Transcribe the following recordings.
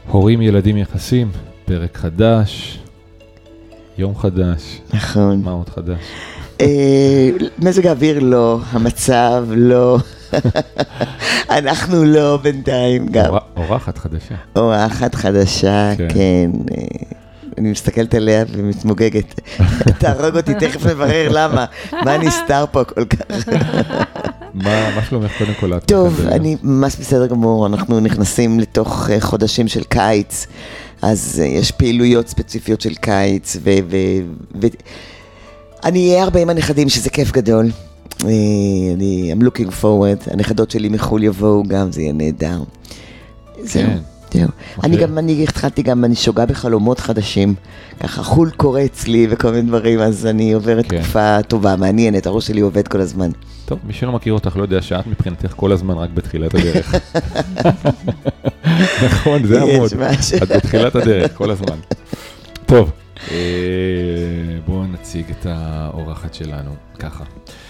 הורים, ילדים, יחסים, פרק חדש, יום חדש. נכון. מה עוד חדש? מזג האוויר לא, המצב לא, אנחנו לא בינתיים גם. אורחת חדשה. אורחת חדשה, כן. אני מסתכלת עליה ומתמוגגת. תהרוג אותי, תכף נברר למה. מה נסתר פה כל כך? מה שלומך קודם כל? טוב, אני ממש בסדר גמור. אנחנו נכנסים לתוך חודשים של קיץ, אז יש פעילויות ספציפיות של קיץ, אני אהיה הרבה עם הנכדים, שזה כיף גדול. I'm looking forward. הנכדות שלי מחול יבואו גם, זה יהיה נהדר. זהו. אני התחלתי גם, אני שוגע בחלומות חדשים, ככה חול קורה אצלי וכל מיני דברים, אז אני עוברת תקופה טובה, מעניינת, הראש שלי עובד כל הזמן. טוב, מי שלא מכיר אותך לא יודע שאת מבחינתך כל הזמן רק בתחילת הדרך. נכון, זה עמוד, את בתחילת הדרך כל הזמן. טוב, בואו נציג את האורחת שלנו, ככה.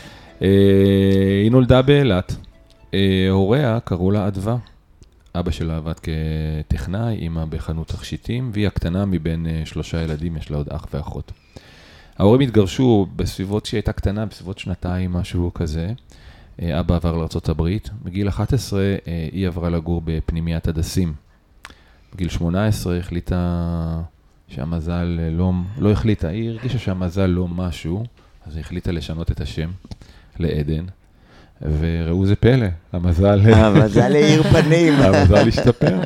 היא נולדה באילת, הוריה קראו לה אדווה. אבא שלה עבד כטכנאי, אמא בחנות תכשיטים, והיא הקטנה מבין 3 ילדים, יש לה עוד אח ואחות. ההורים התגרשו בסביבות שהיא הייתה קטנה, בסביבות 2 משהו כזה. אבא עבר לארצות הברית. בגיל 11 היא עברה לגור בפנימיית הדסים. בגיל 18 החליטה שהמזל לא החליטה, היא הרגישה שהמזל לא משהו, אז היא החליטה לשנות את השם לעדן. וראו זה פלא, המזל להאיר פנים. המזל השתפר.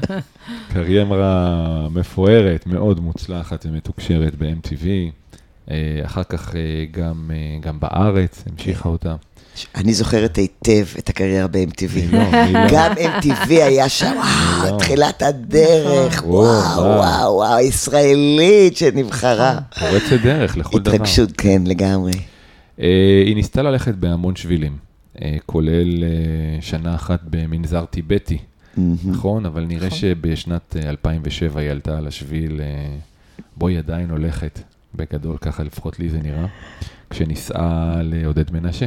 קריירה מפוארת, מאוד מוצלחת ומתוקשרת ב-MTV. אחר כך גם בארץ, המשיכה אותה. אני זוכרת היטב את הקריירה ב-MTV. גם MTV היה שם, תחילת הדרך, וואו, ישראלית שנבחרה. פורצת דרך לכל דבר. התרגשות, כן, לגמרי. היא ניסתה ללכת בהמון שבילים. כולל שנה אחת במנזר טיבטי, נכון? אבל נראה שבשנת 2007 היא עלתה על השביל, בו היא עדיין הולכת, בגדול, ככה לפחות לי זה נראה, כשניסעה לעודד מנשה.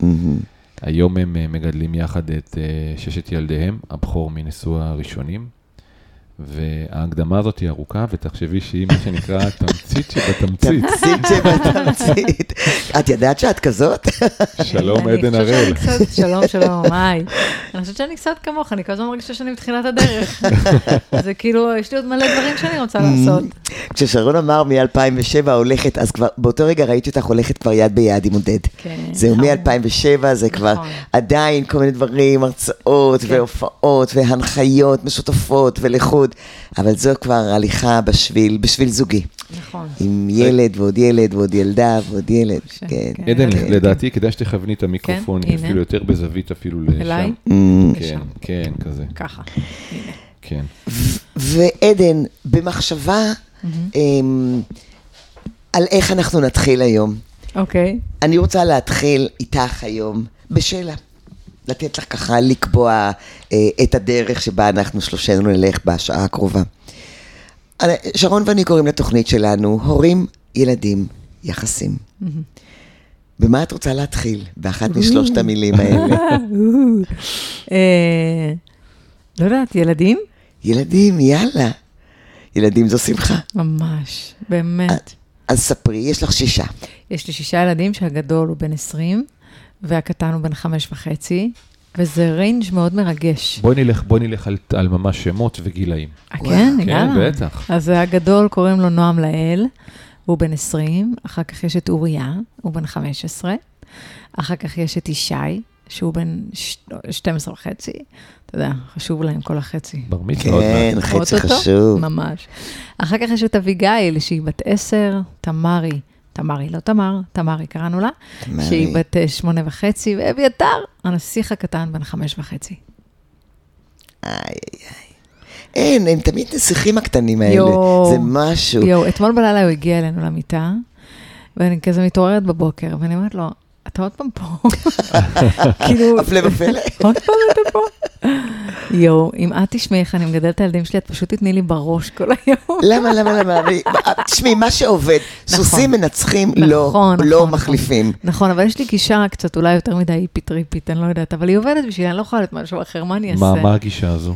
היום הם מגדלים יחד את 6 ילדיהם, הבכור מנשוא הראשונים, וההקדמה הזאת היא ארוכה, ותחשבי שהיא מה שנקרא תמצית שבתמצית. תמצית שבתמצית. את ידעת שאת כזאת? שלום עדן הראל. שלום, היי. אני חושבת שאני קצת כמוך, אני כל הזמן מרגישה שאני בתחילת הדרך. זה כאילו, יש לי עוד מלא דברים שאני רוצה לעשות. כששרון אמר מ-2007 הולכת, אז כבר באותו רגע ראיתי אותך הולכת כבר יד ביד עם עודד. זהו מ-2007, זה כבר עדיין כל מיני דברים, הרצאות והופעות והנחיות משותפות ולחוד. אבל זו כבר הליכה בשביל זוגי. נכון. עם ילד ועוד ילד ועוד ילדה ועוד ילד. עדן, לדעתי כדאי שתכווני את המיקרופון, אפילו יותר בזווית אפילו לשם. אליי? כן, כזה. ככה, הנה. כן. ועדן, במחשבה על איך אנחנו נתחיל היום. אוקיי. אני רוצה להתחיל איתך היום בשאלה. לתת לך ככה לקבוע את הדרך שבה אנחנו שלושנו נלך בשעה הקרובה. שרון ואני קוראים לתוכנית שלנו, הורים, ילדים, יחסים. במה את רוצה להתחיל? באחת משלושת המילים האלה. לא יודעת, ילדים? ילדים, יאללה. ילדים זו שמחה. ממש, באמת. אז ספרי, יש לך 6. יש לי 6 ילדים שהגדול הוא בן 20, והקטן הוא בן 5.5, וזה ריינג' מאוד מרגש. בואי נלך על ממש שמות וגילאים. כן, כן, בטח. אז הגדול קוראים לו נועם לאל, הוא בן 20, אחר כך יש את אוריה, הוא בן 15, אחר כך יש את ישי, שהוא בן 12 וחצי, אתה יודע, חשוב להם כל החצי. בר מצווה. כן, חצי חשוב. ממש. אחר כך יש את אביגיל, שהיא בת 10, תמרי קראנו לה, שהיא בת 8.5, ואביתר, הנסיך הקטן בן 5.5. הם תמיד נסיכים הקטנים האלה, זה משהו. אתמול בלילה הוא הגיע אלינו למיטה, ואני כזה מתעוררת בבוקר, ואני אומרת לו, אתה עוד פעם פה. הפלא ופלא. עוד פעם אתה פה. אם את תשמעי איך אני מגדלת את הילדים שלי, את פשוט תתני לי בראש כל היום. למה? תשמעי, מה שעובד, סוסים מנצחים, לא מחליפים. נכון, אבל יש לי גישה קצת אולי יותר מדי היפית ריפית, אני לא יודעת, אבל היא עובדת בשביל, אני לא יכולה להיות משהו אחר, מה אני אעשה? מה הגישה הזו?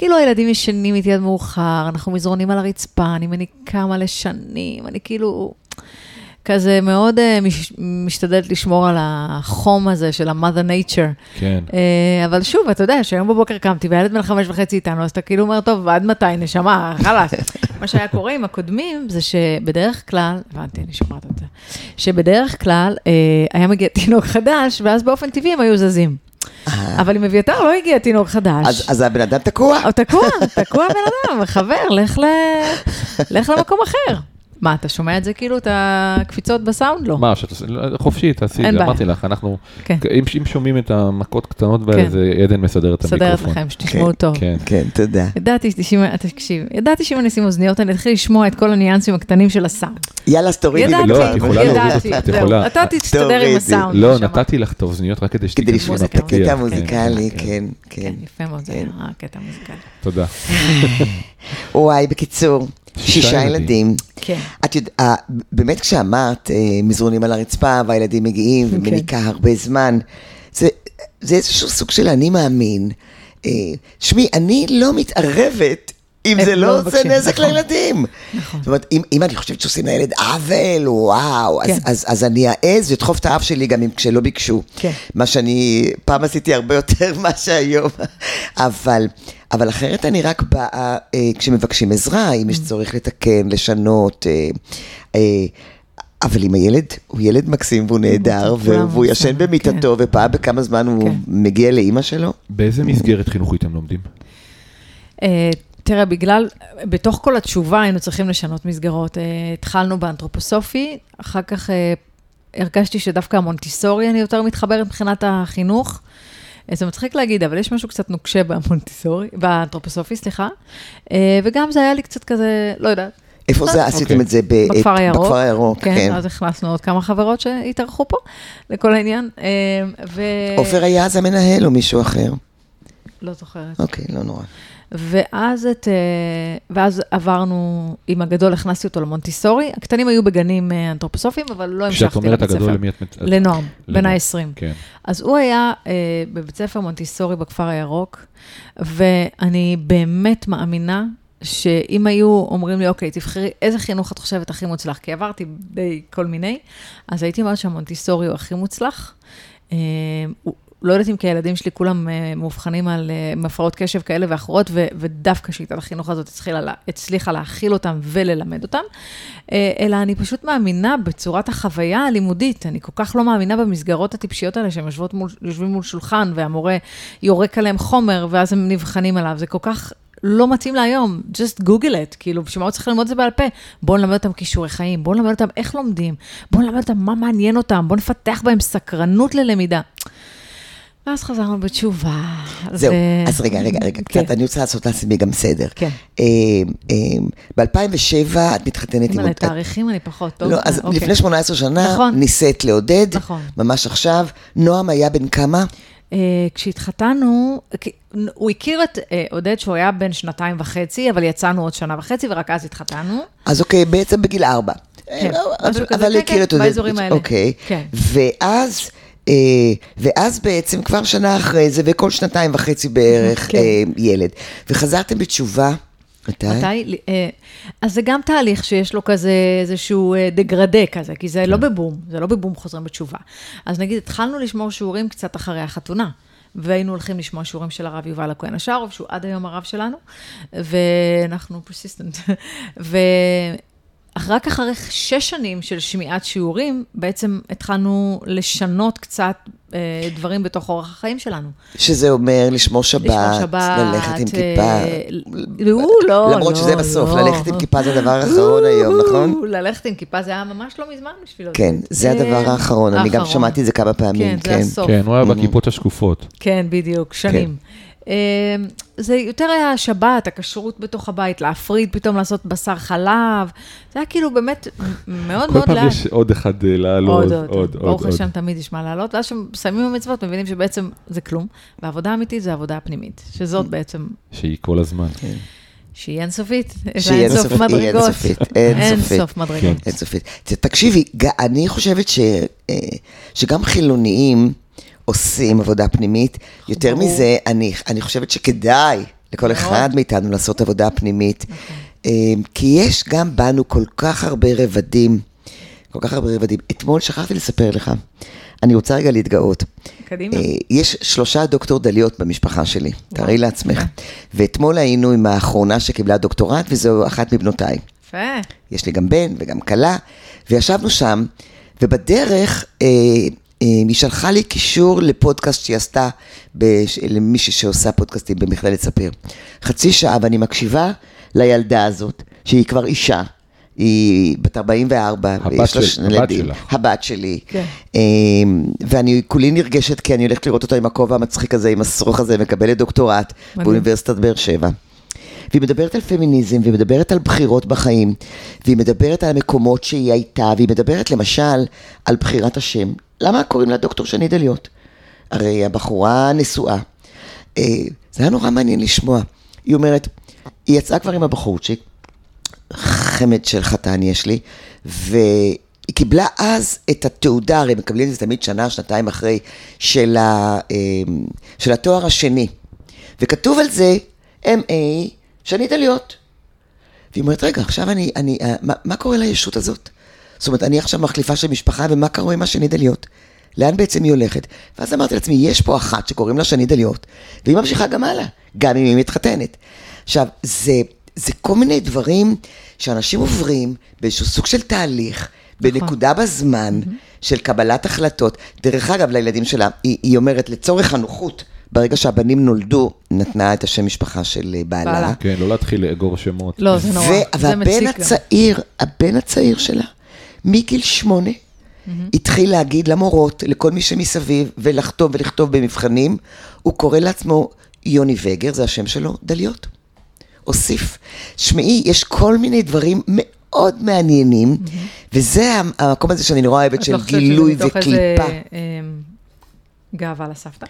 כאילו הילדים ישנים איתי עד מאוחר, אנחנו מזרונים על הרצפה, אני מניקה מלא שנים, אני כאילו כזה מאוד משתדלת לשמור על החום הזה של ה-mother nature. כן. אבל שוב, אתה יודע, שהיום בבוקר קמתי, והילד בן 5.5 איתנו, אז אתה כאילו אומר, טוב, עד מתי נשמה, חלאס. מה שהיה קורה עם הקודמים, זה שבדרך כלל, הבנתי, אני שומעת את זה, שבדרך כלל היה מגיע תינוק חדש, ואז באופן טבעי הם היו זזים. אבל אם אביתר לא הגיע תינוק חדש. אז הבן אדם תקוע. תקוע בן אדם, חבר, לך למקום אחר. מה, אתה שומע את זה כאילו, את הקפיצות בסאונד? לא. מה, חופשי, תעשי את זה, אמרתי לך, אנחנו, אם שומעים את המכות קטנות, זה עדן מסדר את המיקרופון. מסדרת לכם, שתשמעו טוב. כן, תודה. ידעתי שאם אני אשים אוזניות, אני אתחיל לשמוע את כל הניואנסים הקטנים של הסאונד. יאללה, סתורידי. ידעתי, את יכולה. אתה תסתדר עם הסאונד. לא, נתתי לך את האוזניות רק כדי לשמוע את הקטע המוזיקלי, כן. יפה מאוד, זה הקטע המוזיקלי. תודה. וואי, בקיצור. 6 ילדים. כן. את יודעת, באמת כשאמרת, מזרונים על הרצפה, והילדים מגיעים, ומניקה הרבה זמן, זה איזשהו סוג של אני מאמין. שמי, אני לא מתערבת, אם זה לא עושה נזק לילדים. זאת אומרת, אם אני חושבת שעושים לילד עוול, וואו, אז אני אעז ודחוף את האף שלי גם כשלא ביקשו. מה שאני פעם עשיתי הרבה יותר מה שהיום. אבל אחרת אני רק באה כשמבקשים עזרה, אם יש צורך לתקן, לשנות, אבל אם הילד הוא ילד מקסים והוא נהדר, והוא ישן במיטתו, ופעם בכמה זמן הוא מגיע לאמא שלו. באיזה מסגרת חינוכית הם לומדים? תראה, בתוך כל התשובה היינו צריכים לשנות מסגרות. התחלנו באנתרופוסופי, אחר כך הרגשתי שדווקא המונטיסורי אני יותר מתחברת מבחינת החינוך. זה מצחיק להגיד, אבל יש משהו קצת נוקשה באנתרופוסופי, סליחה. וגם זה היה לי קצת כזה, לא יודעת. איפה זה עשיתם את זה? בכפר הירוק. בכפר הירוק, כן. אז הכנסנו עוד כמה חברות שהתארחו פה, לכל העניין. עופר היה אז המנהל או מישהו אחר? לא זוכרת. אוקיי, לא נורא. ואז עברנו, עם הגדול הכנסתי אותו למונטיסורי, הקטנים היו בגנים אנתרופוסופיים, אבל לא המשכתי לבית ספר. כשאת אומרת הגדול למי את מצאת? לנועם, בן ה-20. כן. אז הוא היה בבית ספר מונטיסורי בכפר הירוק, ואני באמת מאמינה שאם היו אומרים לי, אוקיי, תבחרי איזה חינוך את חושבת הכי מוצלח, כי עברתי די כל מיני, אז הייתי אומרת שהמונטיסורי הוא הכי מוצלח. לא יודעת אם כי הילדים שלי כולם מאובחנים על מפרעות קשב כאלה ואחרות, ודווקא שיטת החינוך הזאת הצליחה להכיל אותם וללמד אותם, אלא אני פשוט מאמינה בצורת החוויה הלימודית, אני כל כך לא מאמינה במסגרות הטיפשיות האלה, שהם יושבים מול שולחן, והמורה יורק עליהם חומר, ואז הם נבחנים עליו, זה כל כך לא מתאים להיום, just google it, כאילו, שמה עוד צריך ללמוד את זה בעל פה, בואו נלמד אותם כישורי חיים, בואו נלמד אותם איך לומדים, בואו נלמד אותם מה מעניין אותם, בואו נפתח בהם סקרנות ללמידה. ואז חזרנו בתשובה. זהו, אז רגע, קצת, אני רוצה לעשות לעצמי גם סדר. כן. ב-2007 את מתחתנת עם... לתאריכים אני פחות טוב. לא, אז לפני 18 שנה ניסית לעודד, ממש עכשיו, נועם היה בן כמה? כשהתחתנו, הוא הכיר את עודד שהוא היה בן 2.5, אבל יצאנו עוד 1.5 ורק אז התחתנו. אז אוקיי, בעצם בגיל 4. כן, אבל הכיר את עודד. באזורים האלה. אוקיי, ואז בעצם כבר שנה אחרי זה, וכל 2.5 בערך ילד. וחזרתם בתשובה, מתי? אז זה גם תהליך שיש לו כזה איזשהו דגרדה כזה, כי זה לא בבום, זה לא בבום חוזרים בתשובה. אז נגיד, התחלנו לשמור שיעורים קצת אחרי החתונה, והיינו הולכים לשמוע שיעורים של הרב יובל הכהן השארוב, שהוא עד היום הרב שלנו, ואנחנו פרסיסטנט. רק אחרי 6 שנים של שמיעת שיעורים, בעצם התחלנו לשנות קצת דברים בתוך אורח החיים שלנו. שזה אומר לשמור שבת, ללכת עם כיפה. לא. למרות שזה בסוף, ללכת עם כיפה זה הדבר האחרון היום, נכון? ללכת עם כיפה זה היה ממש לא מזמן בשבילו. כן, זה הדבר האחרון, אני גם שמעתי את זה כמה פעמים. כן, זה הסוף. כן, הוא היה בכיפות השקופות. כן, בדיוק, שנים. זה יותר היה השבת, הכשרות בתוך הבית, להפריד, פתאום לעשות בשר חלב, זה היה כאילו באמת מאוד מאוד כל פעם יש עוד אחד לעלות, עוד. ברוך השם תמיד יש מה לעלות, ואז ששמים במצוות, מבינים שבעצם זה כלום, והעבודה האמיתית זה העבודה הפנימית, שזאת בעצם... שהיא כל הזמן. שהיא אינסופית, שהיא אינסופית, אינסוף מדרגות. אינסופית. תקשיבי, אני חושבת שגם חילוניים, עושים עבודה פנימית. יותר מזה, אני חושבת שכדאי לכל אחד מאיתנו לעשות עבודה פנימית, כי יש גם בנו כל כך הרבה רבדים, אתמול שכחתי לספר לך, אני רוצה רגע להתגאות. קדימה. יש 3 דוקטור דליות במשפחה שלי, תראי לעצמך. ואתמול היינו עם האחרונה שקיבלה דוקטורט, וזו אחת מבנותיי. יפה. יש לי גם בן וגם כלה, וישבנו שם, ובדרך היא שלחה לי קישור לפודקאסט שהיא עשתה, למישהי שעושה פודקאסטים במכללת ספיר. חצי שעה, ואני מקשיבה לילדה הזאת, שהיא כבר אישה, היא בת 44, ויש לה שני ילדים. הבת שלי. ואני כולי נרגשת, כי אני הולכת לראות אותה עם הכובע המצחיק הזה, עם השרוך הזה, מקבלת דוקטורט באוניברסיטת באר שבע. והיא מדברת על פמיניזם, והיא מדברת על בחירות בחיים, והיא מדברת על המקומות שהיא הייתה, והיא מדברת למשל על בחירת השם. למה קוראים לה דוקטור שני דליות? הרי הבחורה נשואה. זה היה נורא מעניין לשמוע. היא אומרת, היא יצאה כבר עם הבחורצ'יק, חמד של חתן יש לי, והיא קיבלה אז את התעודה, הרי מקבלים את זה תמיד שנה, שנתיים אחרי, של התואר השני. וכתוב על זה, M.A. שני דליות. והיא אומרת, רגע, עכשיו מה קורה לישות הזאת? זאת אומרת, אני עכשיו מחליפה של משפחה, ומה קורה עם השני דליות? לאן בעצם היא הולכת? ואז אמרתי לעצמי, יש פה אחת שקוראים לה שני דליות, והיא ממשיכה גם הלאה, גם אם היא מתחתנת. עכשיו, זה כל מיני דברים שאנשים עוברים באיזשהו סוג של תהליך, בנקודה בזמן של קבלת החלטות. דרך אגב, לילדים שלה, היא אומרת, לצורך הנוחות, ברגע שהבנים נולדו, נתנה את השם משפחה של בעלה. כן, לא להתחיל לאגור שמות. לא, זה נורא. והבן הצעיר שלה, מגיל 8, התחיל להגיד למורות, לכל מי שמסביב, ולכתוב במבחנים, הוא קורא לעצמו יוני וגר, זה השם שלו, דליות. הוסיף. שמעי, יש כל מיני דברים מאוד מעניינים, וזה המקום הזה שאני נורא אוהבת של גילוי וקליפה. את לא חושבת שזה מתוך איזה גאווה לסבתא?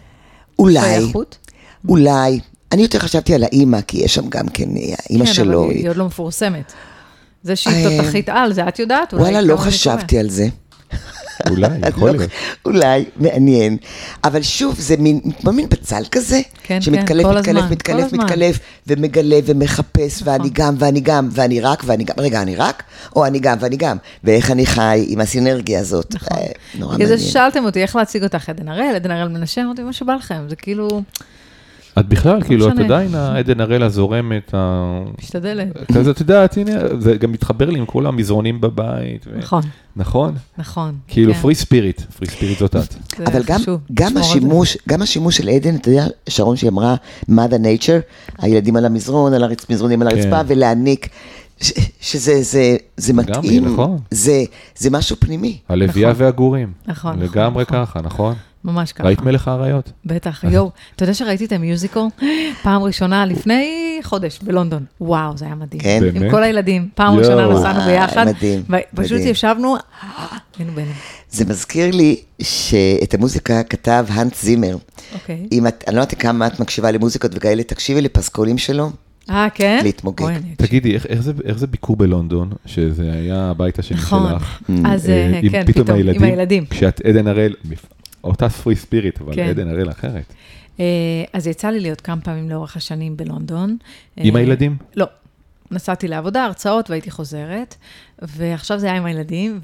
אולי. אני יותר חשבתי על האמא, כי יש שם גם כן, האמא שלו. כן, אבל היא עוד לא מפורסמת. זה שהיא תותחית על, זה את יודעת? וואלה, לא חשבתי על זה. אולי, יכול להיות. אולי, מעניין. אבל שוב, זה מין בצל כזה, שמתקלף, מתקלף, ומגלה ומחפש, ואני גם, ואני רק, רגע, אני רק, או אני גם, ואני גם, ואיך אני חי עם הסינרגיה הזאת. נורא מעניין. כי זה שאלתם אותי, איך להציג אותך, עדן הראל מנשה, אמרתי, מה שבא לכם, זה כאילו... את בכלל, כאילו, את עדיין העדן הראל הזורמת, משתדלת. אז את יודעת, הנה, זה גם מתחבר לי עם כל המזרונים בבית. נכון. נכון? נכון. כאילו, פרי ספיריט זאת את. אבל גם השימוש של עדן, אתה יודע, שרון שהיא אמרה, mother nature, הילדים על המזרון, מזרונים על הרצפה, ולהעניק, שזה מתאים, זה משהו פנימי. הלוויה והגורים. נכון. לגמרי ככה, נכון? ממש ככה. ראית מלך האריות? בטח, יו. אתה יודע שראיתי את המיוזיקל פעם ראשונה לפני חודש בלונדון. וואו, זה היה מדהים. כן. עם כל הילדים. פעם ראשונה נסענו ביחד. מדהים. פשוט ישבנו, היינו בינינו. זה מזכיר לי שאת המוזיקה כתב הנס זימר. אוקיי. אני לא יודעת כמה את מקשיבה למוזיקות וכאלה, תקשיבי לפסקולים שלו. כן? להתמוגג. תגידי, איך זה ביקור בלונדון, שזה היה הבית השני שלך? אז כן, פתאום, עם הילדים. כשאת עדן הראל, אותה פרי ספיריט, אבל עדן הראל אחרת. אז יצא לי להיות כמה פעמים לאורך השנים בלונדון. עם הילדים? לא. נסעתי לעבודה, הרצאות, והייתי חוזרת, ועכשיו זה היה עם הילדים,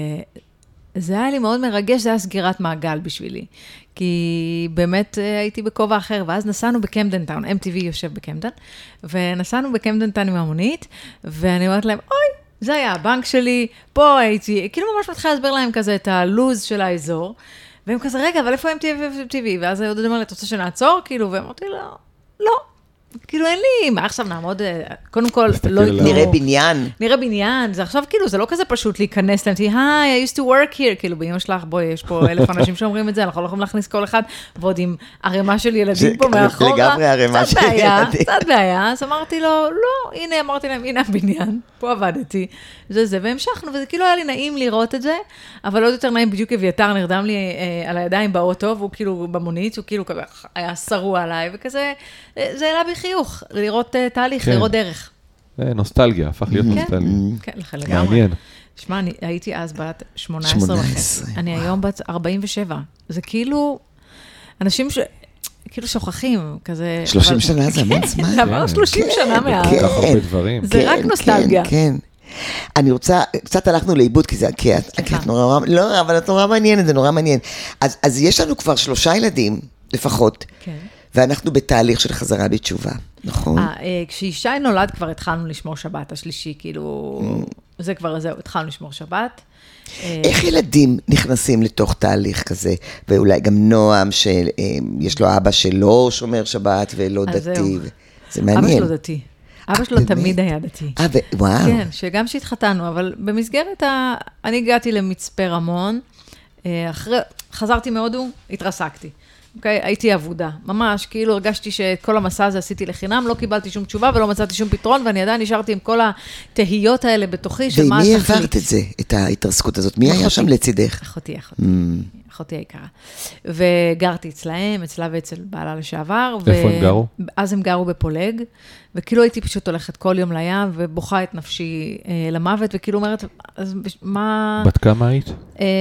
וזה היה לי מאוד מרגש, זה היה סגירת מעגל בשבילי, כי באמת הייתי בכובע אחר, ואז נסענו בקמדן טאון, MTV יושב בקמדן, ונסענו בקמדן טאון עם המונית, ואני אומרת להם, אוי, זה היה הבנק שלי, פה הייתי, כאילו ממש מתחילה להסבר להם כזה את הלוז של האזור, והם כזה, רגע, אבל איפה MTV? ואז היודד אמר לי, אתה רוצה שנעצור? כאילו, ואמרתי לו, לא. כאילו אין לי, מה עכשיו נעמוד, קודם כל, לא יתנו... נראה בניין, זה עכשיו כאילו, זה לא כזה פשוט להיכנס להם, היי, I used to work here, כאילו באמא שלך, בואי, יש פה 1,000 אנשים שאומרים את זה, אנחנו לא יכולים להכניס כל אחד, ועוד עם ערימה של ילדים פה מאחורה, לגמרי ערימה של ילדים. קצת בעיה, אז אמרתי לו, לא, הנה, אמרתי להם, הנה הבניין, פה עבדתי, זה, והמשכנו, וזה כאילו היה לי נעים לראות את זה, אבל עוד יותר נעים, בדיוק אביתר נרדם לי על הידיים באוטו, והוא כאילו במונית, הוא כאילו היה שרוע עליי, וכזה, זה העלה בי חיוך, לראות תהליך, לראות דרך. נוסטלגיה, הפך להיות נוסטלגיה. כן, לגמרי. מעניין. שמע, הייתי אז בת 18 וחצי. אני היום בת 47. זה כאילו, אנשים כאילו שוכחים, כזה... 30 שנה זה המון זמן. זה עבר 30 שנה מאז. כל כך הרבה דברים. זה רק נוסטלגיה. כן. אני רוצה, קצת הלכנו לאיבוד, כי את נורא, לא, אבל את נורא מעניינת, זה נורא מעניין. אז יש לנו כבר 3 ילדים, לפחות, ואנחנו בתהליך של חזרה בתשובה, נכון? כשישי נולד כבר התחלנו לשמור שבת, השלישי, כאילו, זה כבר, זהו, התחלנו לשמור שבת. איך ילדים נכנסים לתוך תהליך כזה, ואולי גם נועם, שיש לו אבא שלא שומר שבת ולא דתי, זה מעניין. אבא שלו דתי. אבא שלו תמיד היה דתי. וואו. כן, שגם שהתחתנו, אבל במסגרת אני הגעתי למצפה רמון, חזרתי מהודו, התרסקתי. אוקיי, הייתי עבודה, ממש, כאילו הרגשתי שכל המסע הזה עשיתי לחינם, לא קיבלתי שום תשובה ולא מצאתי שום פתרון, ואני עדיין נשארתי עם כל התהיות האלה בתוכי, שמה ומי העברת את זה, את ההתרסקות הזאת? מי היה שם לצידך? אחותי היקרה. וגרתי אצלהם, אצלה ואצל בעלה לשעבר. איפה הם גרו? אז הם גרו בפולג, וכאילו הייתי פשוט הולכת כל יום לים, ובוכה את נפשי למוות, וכאילו אומרת, אז מה... בת כמה היית?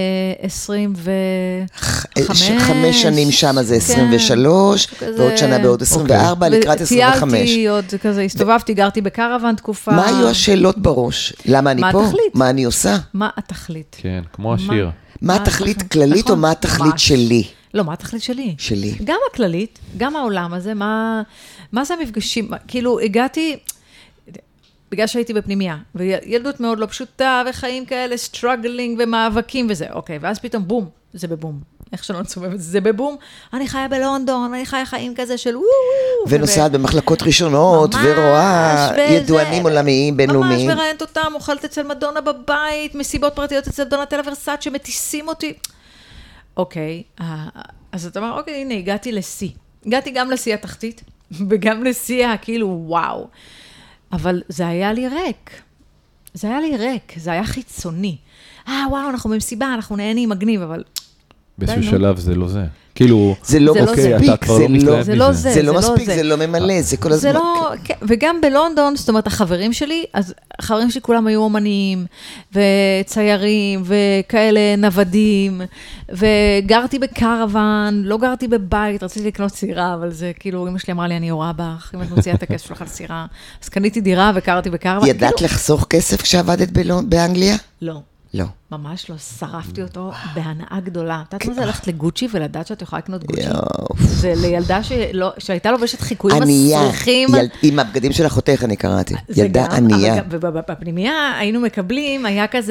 25. 5 שנים שם זה 23, ועוד שנה בעוד 24, לקראת 25. טיילתי עוד כזה, הסתובבתי, גרתי בקרוון תקופה. מה היו השאלות בראש? למה אני פה? מה אני עושה? מה התכלית? כן, כמו השיר. מה התכלית כללית או מה התכלית שלי? לא, מה התכלית שלי? שלי. גם הכללית, גם העולם הזה, מה זה המפגשים? כאילו, הגעתי, בגלל שהייתי בפנימיה, וילדות מאוד לא פשוטה, וחיים כאלה, סטרגלינג ומאבקים וזה, אוקיי, ואז פתאום בום, זה בבום. איך שלא נצומם את זה, זה בבום, אני חיה בלונדון, אני חיה חיים כזה של ונוסעת במחלקות ראשונות, ורואה ידוענים עולמיים, בינלאומיים. ממש מראיינת אותם, אוכלת אצל מדונה בבית, מסיבות פרטיות אצל דונטלה ורסאצ' שמטיסים אותי. אוקיי, אז אתה אומר, אוקיי, הנה, הגעתי לשיא. הגעתי גם לשיא התחתית, וגם לשיא כאילו, וואו. אבל זה היה לי ריק. זה היה לי ריק, זה היה חיצוני. וואו, אנחנו במסיבה, אנחנו נהנים, מגניב, אבל... באיזשהו שלב זה לא זה. כאילו, זה לא מספיק, זה לא מספיק, זה לא ממלא, זה כל הזמן. וגם בלונדון, זאת אומרת, החברים שלי, אז החברים שלי כולם היו אומנים, וציירים, וכאלה נוודים, וגרתי בקרוון, לא גרתי בבית, רציתי לקנות סירה, אבל זה כאילו, אמא שלי אמרה לי, אני יורה בך, אם את מוציאה את הכסף שלך על סירה, אז קניתי דירה וקרתי בקרוון. ידעת לחסוך כסף כשעבדת באנגליה? לא. לא. ממש לא, שרפתי אותו בהנאה גדולה. אתה יודעת מה זה ללכת לגוצ'י ולדעת שאת יכולה לקנות גוצ'י? זה לילדה שהייתה לובשת חיקויים מסריחים. עם הבגדים של אחותך אני קראתי. ילדה ענייה. ובפנימיה היינו מקבלים, היה כזה...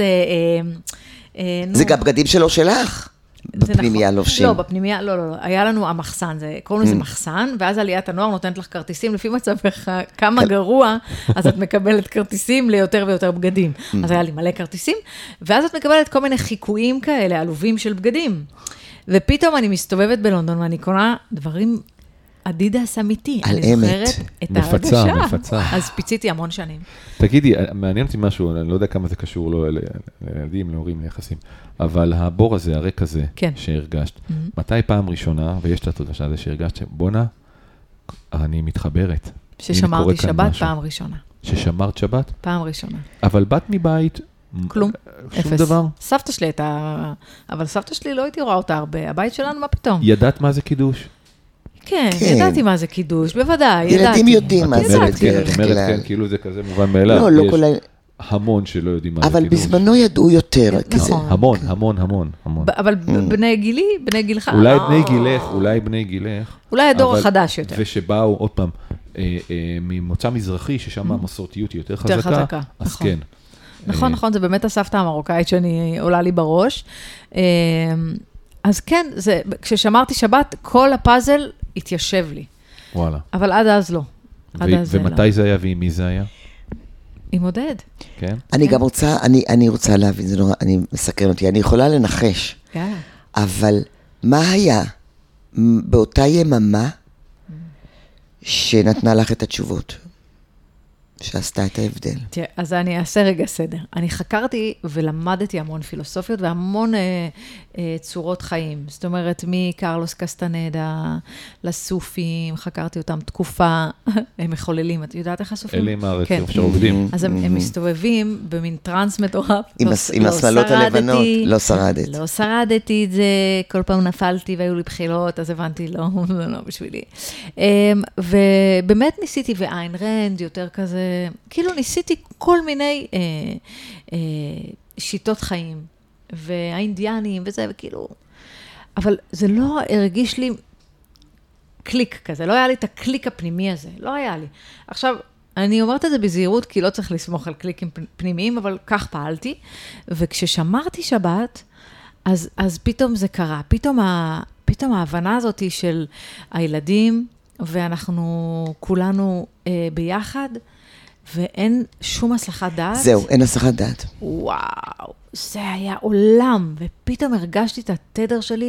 זה גם בגדים שלו שלך. בפנימיה לובשים. לא, בפנימיה, לא. היה לנו המחסן, קוראים לזה מחסן, ואז עליית הנוער נותנת לך כרטיסים, לפי מצבך כמה גרוע, אז את מקבלת כרטיסים ליותר ויותר בגדים. אז היה לי מלא כרטיסים, ואז את מקבלת כל מיני חיקויים כאלה, עלובים של בגדים. ופתאום אני מסתובבת בלונדון, ואני קונה דברים אדידס אמיתי. על אמת. אני זוכרת את ההרגשה. מפצה. אז פיציתי המון שנים. תגידי, מעניין אותי משהו, אני לא יודע כמה זה קשור לילדים, להורים, ליחסים, אבל הבור הזה, הריק הזה, שהרגשת, מתי פעם ראשונה, ויש את התרגשה הזה שהרגשת, בונה, אני מתחברת. ששמרתי שבת פעם ראשונה. ששמרת שבת? פעם ראשונה. אבל באת מבית? כלום. שום דבר? סבתא שלי הייתה, אבל סבתא שלי לא הייתי רואה אותה הרבה, הבית שלנו מה פתאום? ידעת מה זה קידוש? כן, ידעתי מה זה קידוש, בוודאי, ידעתי. ילדים יודעים מה זה בדרך כלל. כן, כאילו זה כזה מובן מאליו. לא כל... המון שלא יודעים מה זה קידוש. אבל בזמנו ידעו יותר. המון. אבל בני גילי, בני גילך. אולי בני גילך. אולי הדור החדש יותר. ושבאו עוד פעם, ממוצא מזרחי, ששם המסורתיות היא יותר חזקה, אז כן. נכון, זה באמת הסבתא המרוקאית שאני עולה לי בראש. אז כן, כששמרתי שבת, כל הפאזל התיישב לי. וואלה. אבל עד אז לא. ומתי זה היה ועם מי זה היה? עם עודד. כן? אני גם רוצה, אני רוצה להבין, זה נורא, אני מסקרן אותי, אני יכולה לנחש. כן. אבל מה היה באותה יממה שנתנה לך את התשובות? שעשתה את ההבדל. תראה, אז אני אעשה רגע סדר. אני חקרתי ולמדתי המון פילוסופיות והמון צורות חיים. זאת אומרת, מקרלוס קסטנדה לסופים, חקרתי אותם תקופה, הם מחוללים. את יודעת איך הסופים? אלה עם הארץ, שעובדים. אז הם מסתובבים במין טרנס מטורף. עם השמלות הלבנות, לא שרדת. לא שרדתי את זה, כל פעם נפלתי והיו לי בחילות, אז הבנתי, לא בשבילי. ובאמת ניסיתי, ואיין רנד, יותר כזה, כאילו ניסיתי כל מיני שיטות חיים, והאינדיאנים וזה, וכאילו, אבל זה לא הרגיש לי קליק כזה, לא היה לי את הקליק הפנימי הזה, לא היה לי. עכשיו, אני אומרת את זה בזהירות, כי לא צריך לסמוך על קליקים פנימיים, אבל כך פעלתי, וכששמרתי שבת, אז פתאום זה קרה, פתאום ההבנה הזאת של הילדים, ואנחנו כולנו ביחד, ואין שום הסחת דעת. זהו, אין הסחת דעת. וואו, זה היה עולם, ופתאום הרגשתי את התדר שלי,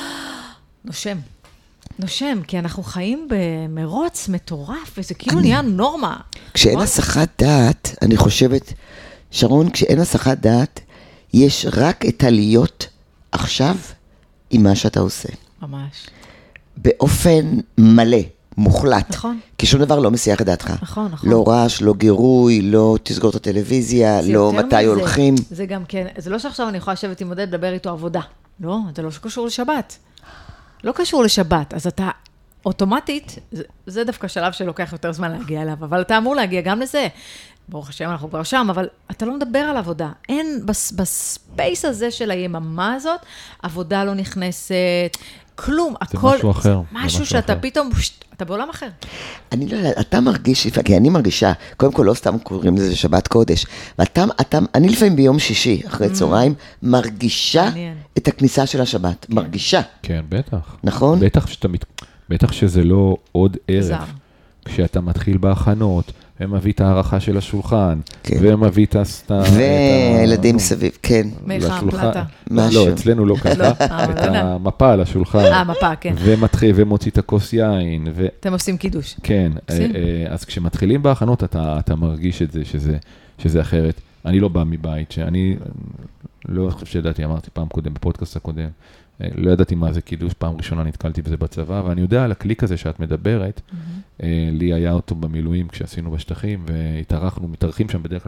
נושם, כי אנחנו חיים במרוץ מטורף, וזה כאילו נהיה נורמה. כשאין הסחת דעת, אני חושבת, שרון, כשאין הסחת דעת, יש רק את הלהיות עכשיו עם מה שאתה עושה. ממש. באופן מלא, מוחלט. נכון. כי שום דבר לא מסיח את דעתך. נכון, נכון. לא רעש, לא גירוי, לא תסגור את הטלוויזיה, לא מתי הולכים. זה גם כן, זה לא שעכשיו אני יכולה לשבת עם עודד, לדבר איתו עבודה. לא, זה לא קשור לשבת. לא קשור לשבת, אז אתה אוטומטית, זה דווקא שלב שלוקח יותר זמן להגיע אליו, אבל אתה אמור להגיע גם לזה. ברוך השם, אנחנו כבר שם, אבל אתה לא מדבר על עבודה. אין בספייס הזה של היממה הזאת, עבודה לא נכנסת, כלום, הכל... זה משהו אחר. משהו שאתה פתאום, אתה בעולם אחר. אני לא יודעת, אתה מרגיש, כי אני מרגישה, קודם כל לא סתם קוראים לזה שבת קודש, אני לפעמים ביום שישי, אחרי צהריים, מרגישה את הכניסה של השבת. מרגישה. כן, בטח. נכון? בטח שזה לא עוד ערב. כשאתה מתחיל בהכנות, ומביא את הערכה של השולחן, ומביא את והילדים סביב, כן. מיכה, פלטה. לא, אצלנו לא ככה. את המפה על השולחן. המפה, כן. ומוציא את הכוס יין. אתם עושים קידוש. כן, אז כשמתחילים בהכנות, אתה מרגיש את זה, שזה אחרת. אני לא בא מבית, שאני לא חושב שידעתי, אמרתי פעם קודם, בפודקאסט הקודם, לא ידעתי מה זה קידוש, פעם ראשונה נתקלתי בזה בצבא, ואני יודע על הקליק הזה שאת מדברת, לי היה אותו במילואים כשעשינו בשטחים, והתארחנו, מתארחים שם בדרך כלל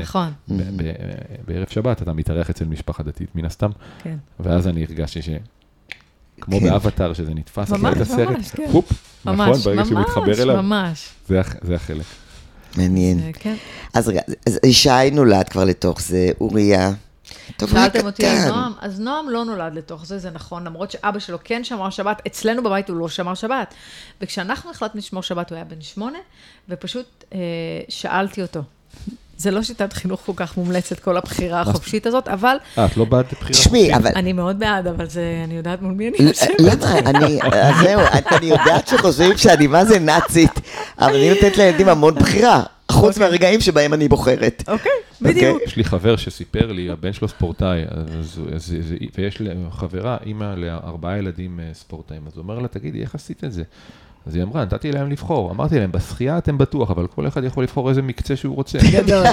בערב שבת, אתה מתארח אצל משפחה דתית, מן הסתם, ואז אני הרגשתי כמו באבטר שזה נתפס, אחרי את הסרט, נכון, ברגע שהוא מתחבר אליו, זה החלק. מעניין. אז רגע, ישי נולד כבר לתוך זה, אוריה. שאלתם אותי על נועם, אז נועם לא נולד לתוך זה, זה נכון, למרות שאבא שלו כן שמר שבת, אצלנו בבית הוא לא שמר שבת, וכשאנחנו החלטנו לשמור שבת, הוא היה בן 8, ופשוט שאלתי אותו. זה לא שיטת חינוך כל כך מומלצת, כל הבחירה החופשית הזאת, אבל... את לא בעד בחירה חופשית? אני מאוד בעד, אבל אני יודעת מול מי אני חושבת. למה? זהו, אני יודעת שחושבים שאני מה זה נאצית, אבל אני נותנת לילדים המון בחירה. חוץ מהרגעים שבהם אני בוחרת. אוקיי, בדיוק. יש לי חבר שסיפר לי, הבן שלו ספורטאי, ויש לי חברה, אימא ל4 ילדים ספורטאים, אז הוא אומר לה, תגידי, איך עשית את זה? אז היא אמרה, נתתי להם לבחור, אמרתי להם, בשחייה אתם בטוח, אבל כל אחד יכול לבחור איזה מקצה שהוא רוצה. גדול,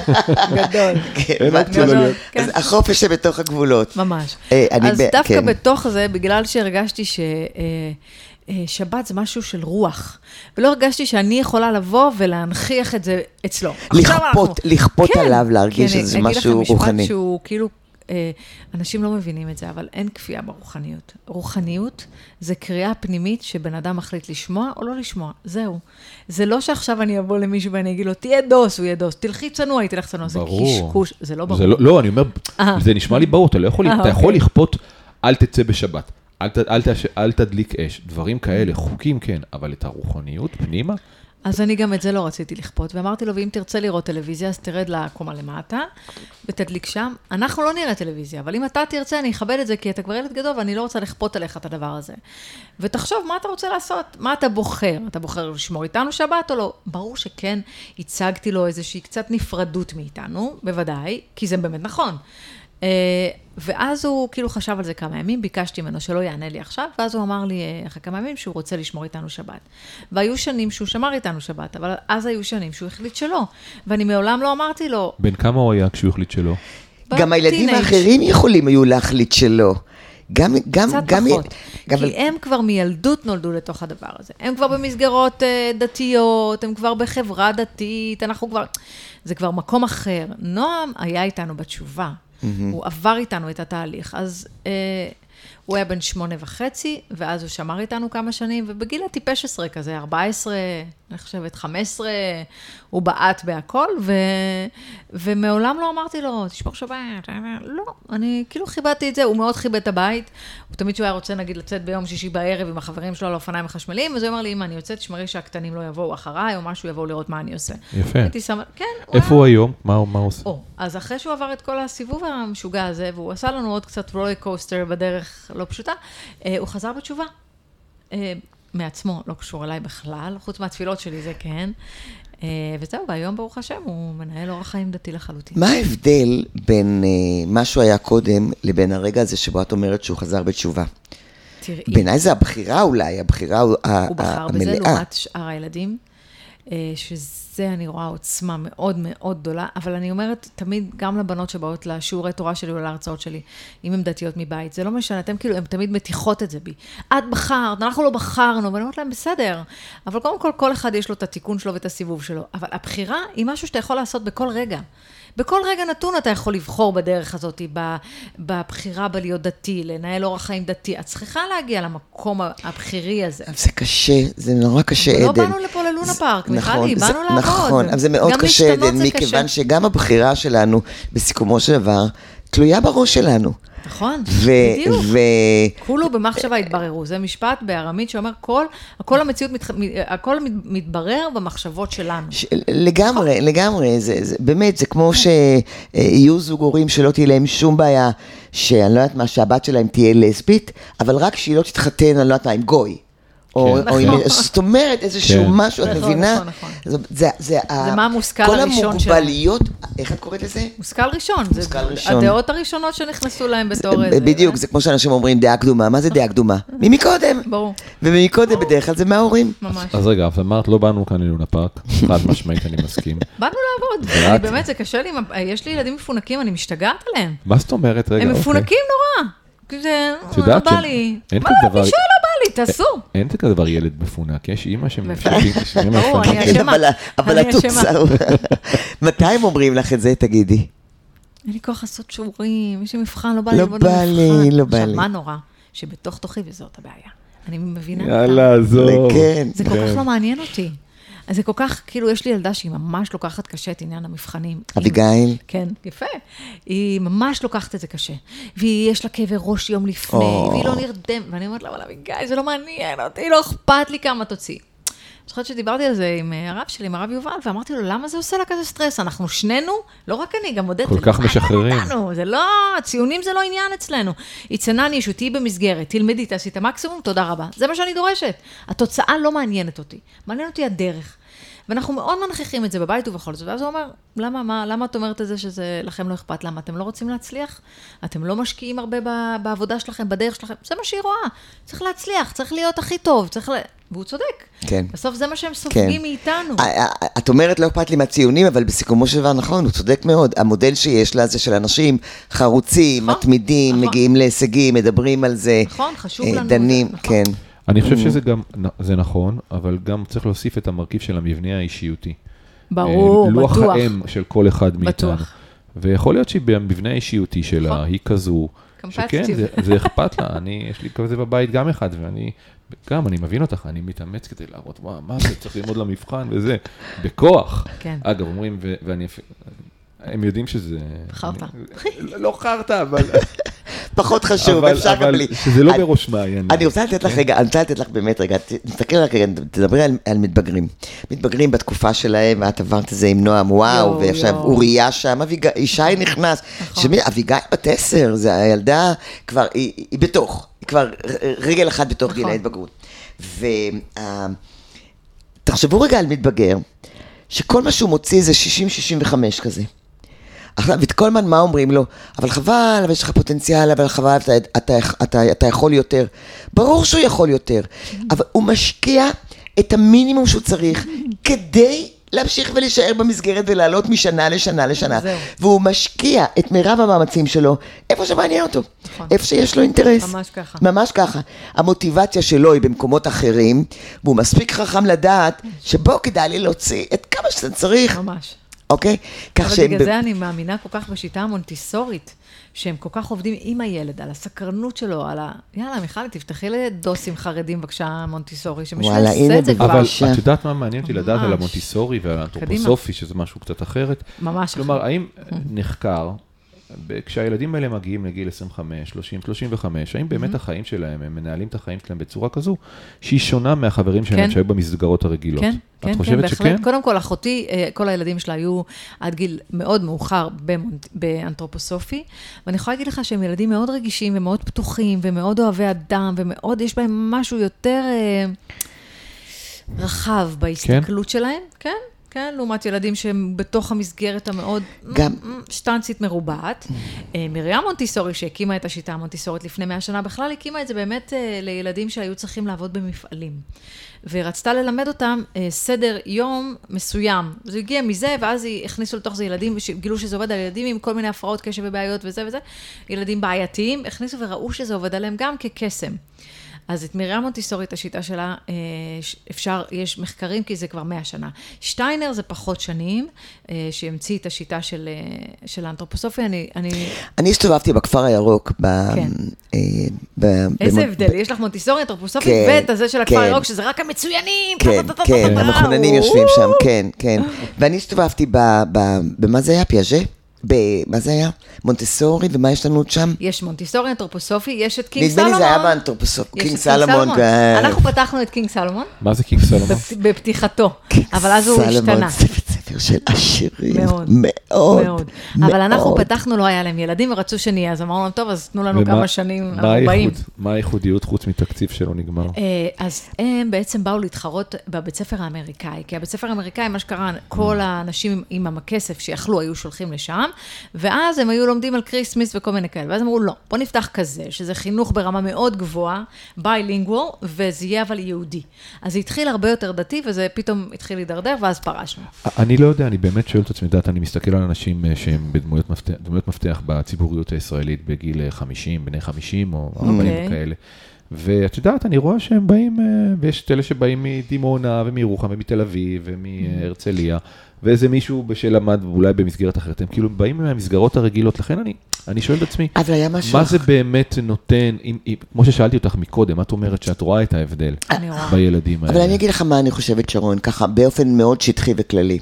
גדול. אז החופש שבתוך הגבולות. ממש. אז דווקא בתוך זה, בגלל שהרגשתי שבת זה משהו של רוח, ולא הרגשתי שאני יכולה לבוא ולהנחיח את זה אצלו. לכפות עליו, להרגיש שזה משהו רוחני. אני אגיד לכם משפט שהוא כאילו, אנשים לא מבינים את זה, אבל אין כפייה ברוחניות. רוחניות זה קריאה פנימית שבן אדם מחליט לשמוע או לא לשמוע. זהו. זה לא שעכשיו אני אבוא למישהו ואני אגיד לו, תהיה דוס, הוא יהיה דוס. תלכי צנוע, תלך צנוע. זה קשקוש, זה לא ברור. לא, אני אומר, זה נשמע לי ברור, אתה יכול לכפות, אל תצא בשבת. אל תדליק אש, דברים כאלה, חוקים כן, אבל את הרוחניות פנימה? אז אני גם את זה לא רציתי לכפות, ואמרתי לו, ואם תרצה לראות טלוויזיה, אז תרד לקומה למטה, ותדליק שם. אנחנו לא נראה טלוויזיה, אבל אם אתה תרצה, אני אכבד את זה, כי אתה כבר ילד גדול, ואני לא רוצה לכפות עליך את הדבר הזה. ותחשוב, מה אתה רוצה לעשות? מה אתה בוחר? אתה בוחר לשמור איתנו שבת או לא? ברור שכן, הצגתי לו איזושהי קצת נפרדות מאיתנו, בוודאי, כי זה באמת נכון. ואז הוא כאילו חשב על זה כמה ימים, ביקשתי ממנו שלא יענה לי עכשיו, ואז הוא אמר לי אחרי כמה ימים שהוא רוצה לשמור איתנו שבת. והיו שנים שהוא שמר איתנו שבת, אבל אז היו שנים שהוא החליט שלא. ואני מעולם לא אמרתי לו... בין כמה הוא היה כשהוא החליט שלא? גם הילדים האחרים יכולים היו להחליט שלא. קצת פחות, כי הם כבר מילדות נולדו לתוך הדבר הזה. הם כבר במסגרות דתיות, הם כבר בחברה דתית, אנחנו כבר... זה כבר מקום אחר. נועם היה איתנו בתשובה. הוא עבר איתנו את התהליך. אז הוא היה בן 8.5, ואז הוא שמר איתנו כמה שנים, ובגיל הטיפש 10 כזה, 14, אני חושבת 15, הוא בעט בהכל, ומעולם לא אמרתי לו, תשמור שבת, לא, אני כאילו חיבדתי את זה, הוא מאוד חיבד את הבית, הוא תמיד שהוא היה רוצה, נגיד, לצאת ביום שישי בערב עם החברים שלו על האופניים החשמליים, אז הוא אמר לי, אם אני יוצאת, תשמרי שהקטנים לא יבואו אחריי, או משהו יבואו לראות מה אני עושה. יפה. כן, איפה הוא היום? מה הוא עושה? אז אחרי שהוא עבר את כל הסיבוב המשוגע הזה, והוא עשה לנו עוד קצת רולר קוסטר בדרך לא פשוטה, הוא חזר בתשובה. מעצמו, לא קשור אליי בכלל, חוץ מהתפילות שלי זה כן. וזהו, והיום ברוך השם, הוא מנהל אורח חיים דתי לחלוטין. מה ההבדל בין מה שהוא היה קודם, לבין הרגע הזה שבו את אומרת שהוא חזר בתשובה? תראי. בעיניי זה הבחירה אולי, הבחירה המלאה. הוא בחר בזה לעומת שאר הילדים, שזה אני רואה עוצמה מאוד מאוד גדולה, אבל אני אומרת תמיד גם לבנות שבאות לשיעורי תורה שלי ולהרצאות שלי, אם הן דתיות מבית, זה לא משנה, אתם כאילו, הן תמיד מתיחות את זה בי. את בחרת, אנחנו לא בחרנו, ואני אומרת להם בסדר, אבל קודם כל אחד יש לו את התיקון שלו ואת הסיבוב שלו, אבל הבחירה היא משהו שאתה יכול לעשות בכל רגע. בכל רגע נתון אתה יכול לבחור בדרך הזאת, בבחירה בלהיות דתי, לנהל אורח חיים דתי. את צריכה להגיע למקום הבחירי הזה. זה קשה, זה נורא קשה, עדן. לא באנו לפה ללונה פארק, מיכלי, באנו לעבוד. נכון, אבל זה מאוד קשה, עדן, מכיוון שגם הבחירה שלנו, בסיכומו של דבר, תלויה בראש שלנו. נכון, בדיוק. כולו במחשבה התבררו. זה משפט בארמית שאומר, הכל המציאות, הכל מתברר במחשבות שלנו. לגמרי, לגמרי. באמת, זה כמו שיהיו זוג הורים שלא תהיה להם שום בעיה, שאני לא יודעת מה, שהבת שלהם תהיה לסבית, אבל רק שהיא לא תתחתן, אני לא יודעת מה, עם גוי. זאת אומרת, איזשהו משהו, את מבינה? זה מה המושכל הראשון שלהם. כל המוגבליות, איך את קוראת לזה? מושכל ראשון. הדעות הראשונות שנכנסו להם בתור... בדיוק, זה כמו שאנשים אומרים דעה קדומה. מה זה דעה קדומה? ממקודם. ברור. ומקודם בדרך כלל זה מההורים. ממש. אז רגע, אז אמרת, לא באנו כאן ללונה פארק, חד משמעית אני מסכים. באנו לעבוד. באמת, זה קשה לי, יש לי ילדים מפונקים, אני משתגעת עליהם. מה זאת אומרת? רגע, הם מפונקים נורא. לא בא לי. אין מה, כזה דבר... מישהו לא בא לי, תעשו. אין כזה דבר ילד מפונק, יש אימא ברור, אני אשמה. אבל התוצאה... מתי הם אומרים לך את זה, תגידי? אין לי כוח לעשות שיעורים, יש לי מבחן, לא בא לי, לא בא לי. עכשיו, מה נורא? שבתוך תוכי וזאת הבעיה. אני מבינה. יאללה, עזוב. זה כל כך לא מעניין אותי. אז זה כל כך, כאילו, יש לי ילדה שהיא ממש לוקחת קשה את עניין המבחנים. אביגיל? כן, יפה. היא ממש לוקחת את זה קשה. ויש לה כאבי ראש יום לפני, והיא לא נרדם. ואני אומרת לה, אבל אביגיל, זה לא מעניין אותי, לא אכפת לי כמה תוציא. אני חושבת שדיברתי על זה עם הרב שלי, עם הרב יובל, ואמרתי לו, למה זה עושה לה כזה סטרס? אנחנו שנינו, לא רק אני, גם עודד. כל כך משחררים. זה לא, הציונים זה לא עניין אצלנו. יצנני, אישו, תהי במסגרת, תלמדי, תעשי את המקסימום, תודה רבה. זה מה שאני דורשת. התוצאה לא מעניינת אותי. מעניין אותי הדרך. ואנחנו מאוד מנכיחים את זה בבית ובכל זאת. ואז הוא אומר, למה את אומרת את זה שזה לכם לא אכפת? למה אתם לא רוצים להצליח? אתם לא משקיעים הרבה בעבודה שלכם, בדרך שלכם? זה מה שהיא רואה. צריך להצליח, צריך להיות הכי טוב, והוא צודק. כן. בסוף זה מה שהם סופגים מאיתנו. את אומרת לא אכפת לי מהציונים, אבל בסיכומו של דבר נכון, הוא צודק מאוד. המודל שיש לה זה של אנשים חרוצים, מתמידים, מגיעים להישגים, מדברים על זה. נכון, חשוב לנו. דנים, כן. אני חושב שזה גם, זה נכון, אבל גם צריך להוסיף את המרכיב של המבנה האישיותי. ברור, בטוח. לוח האם של כל אחד מאיתנו. בטוח. ויכול להיות שבמבנה האישיותי שלה, היא כזו, שכן, זה אכפת לה. יש לי כזה בבית גם אחד, ואני מבין אותך, אני מתאמץ כדי להראות, מה זה, צריך ללמוד למבחן וזה, בכוח. כן. אגב, אומרים, הם יודעים שזה... חרטה. לא חרטה, אבל... פחות חשוב, אפשר גם לי. שזה לא בראש מעיין. אני רוצה לתת לך רגע, באמת רגע, תסתכל רק רגע, תדברי על מתבגרים. מתבגרים בתקופה שלהם, ואת עברת את זה עם נועם, וואו, ועכשיו אוריה שם, ישי נכנס. אביגיל בת 10, זה הילדה כבר, היא בתוך, היא כבר רגל אחת בתוך גיל ההתבגרות. ותחשבו רגע על מתבגר, שכל מה שהוא מוציא זה 60-65 כזה. עכשיו, את כל הזמן מה אומרים לו? אבל חבל, אבל יש לך פוטנציאל, אבל חבל, אתה יכול יותר. ברור שהוא יכול יותר, אבל הוא משקיע את המינימום שהוא צריך כדי להמשיך ולהישאר במסגרת ולעלות משנה לשנה לשנה. והוא משקיע את מירב המאמצים שלו איפה שמעניין אותו, איפה שיש לו אינטרס. ממש ככה. ממש ככה. המוטיבציה שלו היא במקומות אחרים, והוא מספיק חכם לדעת שבו כדאי לי להוציא את כמה שאתה צריך. ממש. אוקיי? אבל בגלל זה אני מאמינה כל כך בשיטה המונטיסורית, שהם כל כך עובדים עם הילד, על הסקרנות שלו, על יאללה, מיכל, תפתחי לדוסים חרדים, בבקשה, מונטיסורי, שמישהו יעשה את זה כבר. אבל את יודעת מה מעניין אותי לדעת על המונטיסורי ועל האנתרופוסופי, שזה משהו קצת אחרת? ממש. כלומר, האם נחקר, כשהילדים האלה מגיעים לגיל 25, 30, 35, האם באמת החיים שלהם, הם מנהלים את החיים שלהם בצורה כזו, שהיא שונה מהחברים שלהם שהיו במסגרות הרגילות? כן, את חושבת שכן? קודם כל, אחותי, כל הילדים שלה היו עד גיל מאוד מאוחר באנתרופוסופי, ואני יכולה להגיד לך שהם ילדים מאוד רגישים ומאוד פתוחים ומאוד אוהבי אדם, ומאוד יש בהם משהו יותר רחב בהסתכלות שלהם, כן? כן, לעומת ילדים שהם בתוך המסגרת המאוד שטנצית מרובעת. מרים מונטיסורי, שהקימה את השיטה המונטיסורית לפני 100 שנה, בכלל הקימה את זה באמת לילדים שהיו צריכים לעבוד במפעלים. ורצתה ללמד אותם סדר יום מסוים. זה הגיע מזה, ואז הכניסו לתוך זה ילדים, וגילו שזה עובד על ילדים עם כל מיני הפרעות קשב ובעיות וזה וזה. ילדים בעייתיים, הכניסו וראו שזה עובד עליהם גם כקסם. אז את מרים מונטיסורי, את השיטה שלה, יש מחקרים, כי זה כבר 100 שנה. שטיינר זה פחות שנים, שהמציא את השיטה של האנתרופוסופיה. אני הסתובבתי בכפר הירוק. איזה הבדל? יש לך מונטיסורי, אנתרופוסופית, ואת הזה של הכפר הירוק, שזה רק המצוינים. כן, המכוננים יושבים שם, כן, כן. ואני הסתובבתי במה זה היה? פיאז'ה? מה זה היה? מונטיסורי, ומה יש לנו עוד שם? יש מונטיסורי, אנתרופוסופי, יש את קינג סלומון. נדמה לי זה היה באנתרופוסופי, קינג סלומון. אנחנו פתחנו את קינג סלומון. מה זה קינג סלומון? בפתיחתו, אבל אז הוא השתנה. זה בית ספר של עשירים. מאוד. מאוד. אבל אנחנו פתחנו, לא היה להם ילדים ורצו שנהיה, אז אמרנו להם, טוב, אז תנו לנו כמה שנים, 40. מה הייחודיות חוץ מתקציב שלו נגמר? אז הם בעצם באו להתחרות בבית ספר האמריקאי, כי הבית ספר האמריקאי, מה שקרה, כל האנשים עם הכסף שיכלו היו שולחים לשם, ואז הם היו לומדים על קריסמס וכל מיני כאלה, ואז אמרו, לא, בוא נפתח כזה, שזה חינוך ברמה מאוד גבוהה, ביילינגוול, וזה יהיה אבל יהודי. אז זה התחיל הרבה יותר דתי, וזה פתאום התחיל להידרדר, ואז פרשנו. אני לא יודע, אני באמת שואל את עצמי, אני מסתכל על אנשים שהם בדמויות מפתח בציבוריות הישראלית, בגיל 50, בני 50 או 40 כאלה. ואת יודעת, אני רואה שהם באים, ויש את אלה שבאים מדימונה ומירוחם ומתל אביב ומהרצליה, ואיזה מישהו שלמד אולי במסגרת אחרת, הם כאילו באים מהמסגרות הרגילות, לכן אני שואל את עצמי, מה זה באמת נותן, כמו ששאלתי אותך מקודם, את אומרת שאת רואה את ההבדל בילדים האלה. אבל אני אגיד לך מה אני חושבת, שרון, ככה באופן מאוד שטחי וכללי.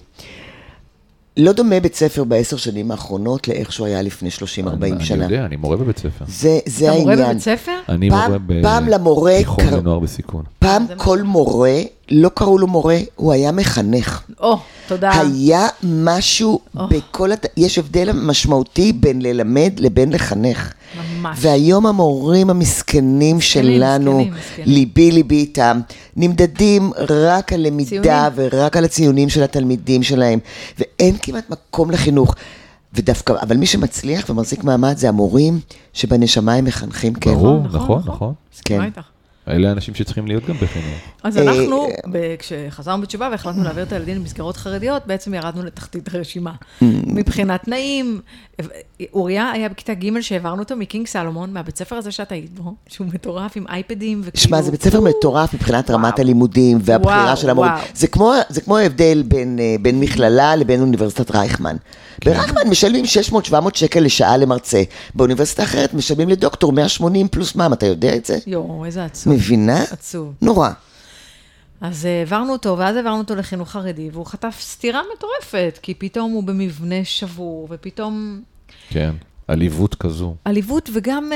לא דומה בית ספר ב10 שנים האחרונות לאיך שהוא היה לפני 30-40 שנה. אני יודע, אני מורה בבית ספר. זה העניין. אתה מורה בבית ספר? אני מורה בתיכון לנוער בסיכון. פעם כל מורה, לא קראו לו מורה, הוא היה מחנך. תודה. היה משהו בכל... יש הבדל משמעותי בין ללמד לבין לחנך. ממש. והיום המורים המסכנים שלנו, ליבי איתם, נמדדים רק על למידה ורק על הציונים של התלמידים שלהם, ואין כמעט מקום לחינוך. ודווקא, אבל מי שמצליח ומחזיק מעמד זה המורים שבנשמה הם מחנכים. ברור, נכון. סכימה איתך. אלה האנשים שצריכים להיות גם בחינוך. אז אנחנו, כשחזרנו בתשובה והחלטנו להעביר את הילדים למסגרות חרדיות, בעצם ירדנו לתחתית הרשימה. מבחינת תנאים, אוריה היה בכיתה ג' שהעברנו אותו מקינג סלומון, מהבית ספר הזה שאתה היית בו, שהוא מטורף עם אייפדים. שמע, זה בית ספר מטורף מבחינת רמת הלימודים והבחירה של המורים. זה כמו ההבדל בין מכללה לבין אוניברסיטת רייכמן. ברייכמן משלמים 600-700 שקל לשעה למרצה. באוניברסיטה אחרת משלמים לדוקטור 180 פלוס מע"מ, אתה יודע את זה? איזה עצוב. מבינה? עצוב. נורא. אז העברנו אותו, ואז העברנו אותו לחינוך חרדי, והוא חטף סתירה מטורפת, כי פתאום הוא במבנה שבור, ופתאום... כן, עליבות כזו. עליבות, וגם,